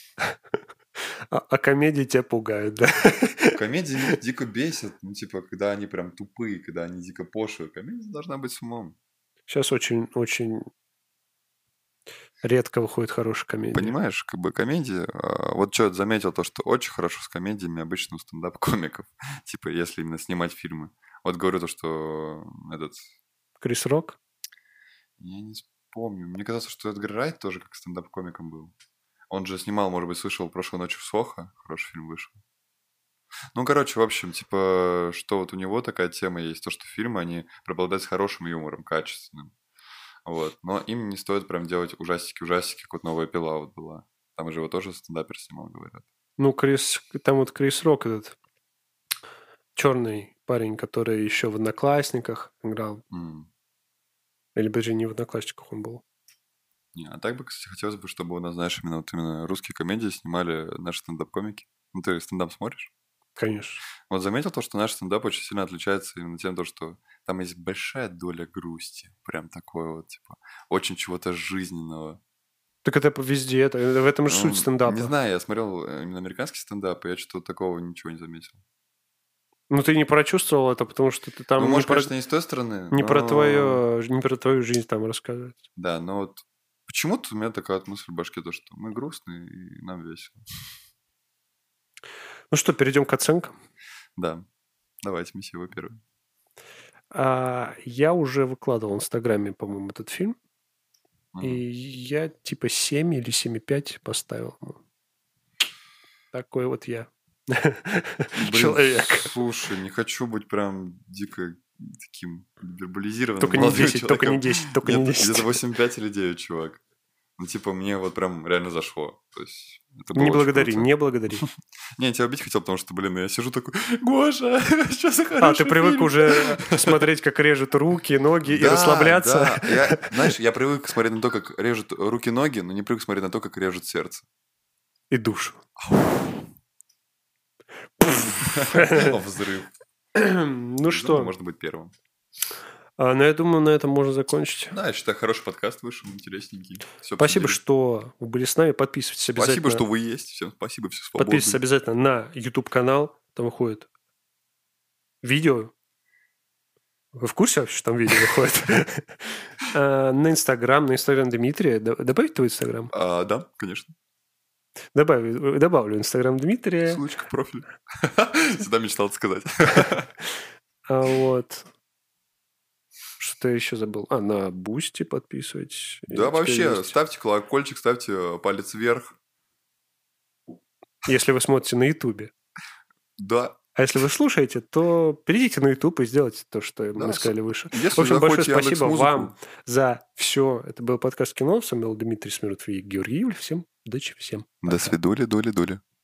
А комедии тебя пугают, да? Комедии меня дико бесят, ну, типа, когда они прям тупые, когда они дико пошлые. Комедия должна быть с умом. Сейчас очень редко выходит хорошая комедия. Понимаешь, как бы комедия... Вот что я заметил, то, что очень хорошо с комедиями обычно у стендап-комиков. Типа, если именно снимать фильмы. Вот говорю то, что этот... Крис Рок? Я не вспомню. Мне казалось, что Эдгар Райт тоже как стендап-комиком был. Он же снимал, может быть, слышал «Прошлой ночью в Сохо». Хороший фильм вышел. Ну, короче, в общем, типа, что вот у него такая тема есть, то, что фильмы, они преобладают с хорошим юмором, качественным. Вот. Но им не стоит прям делать ужастики, как вот «Новая пила» вот была. Там же его тоже стендапер снимал, говорят. Ну, там вот Крис Рок этот черный парень, который еще в «Одноклассниках» играл. Или даже не в «Одноклассниках» он был. Не, а так бы, кстати, хотелось бы, чтобы у нас, знаешь, именно русские комедии снимали наши стендап-комики. Ну, ты стендап смотришь? Конечно. Вот заметил то, что наш стендап очень сильно отличается именно тем, что там есть большая доля грусти. Прям такое вот, типа, очень чего-то жизненного. Так это везде, это в этом же суть стендапа. Не знаю, я смотрел именно американский стендап, и я что-то такого ничего не заметил. Ну, ты не прочувствовал это, потому что ты там... Ну, может, конечно, не с той стороны, не про твою жизнь там рассказывать. Да, но вот почему-то у меня такая вот мысль в башке, то, что мы грустные, и нам весело. Ну что, перейдем к оценкам? Да. Давайте, месье, вы первый. Я уже выкладывал в Инстаграме, по-моему, этот фильм. И я типа 7 или 7,5 поставил. Такой вот я. Человек. Слушай, не хочу быть прям дико таким вербализированным. Только не 10, только не 10, только не 10. Где-то 8,5 или 9, чувак. Ну, типа, мне вот прям реально зашло. То есть, это было Не очень благодари, круто. не благодари. Не, я тебя убить хотел, потому что, блин, я сижу такой, Гоша, что за А, хороший ты привык фильм?» уже смотреть, как режут руки, ноги и Да, расслабляться? да. Знаешь, я привык смотреть на то, как режут руки-ноги, но не привык смотреть на то, как режут сердце. И душу. Взрыв. Ну что, Можно быть первым. ну я думаю, на этом можно закончить. Да, я считаю, хороший подкаст вышел, интересненький. Всё Спасибо, обсудили. что вы были с нами. Подписывайтесь обязательно. Спасибо, что вы есть. Всем спасибо, все свободны. Подписывайтесь обязательно на YouTube-канал. Там выходит видео. Вы в курсе вообще, что там видео выходит? На Инстаграм Дмитрия. Добавить твой Инстаграм? Да, конечно. Добавлю Инстаграм Дмитрия. Ссылочка в профиль. Всегда мечтал это сказать. Вот. Что я еще забыл? На Бусти подписывайтесь. Да, вообще, ставьте колокольчик, ставьте палец вверх. Если вы смотрите на Ютубе. Да. А если вы слушаете, то перейдите на YouTube и сделайте то, что мы сказали выше. Если В общем, большое заходите в спасибо Яндекс.Музыку. вам за все. Это был подкаст «Кино». С вами был Дмитрий Смирнов и Георгий Юль. Всем удачи, всем пока. До свидули, дули.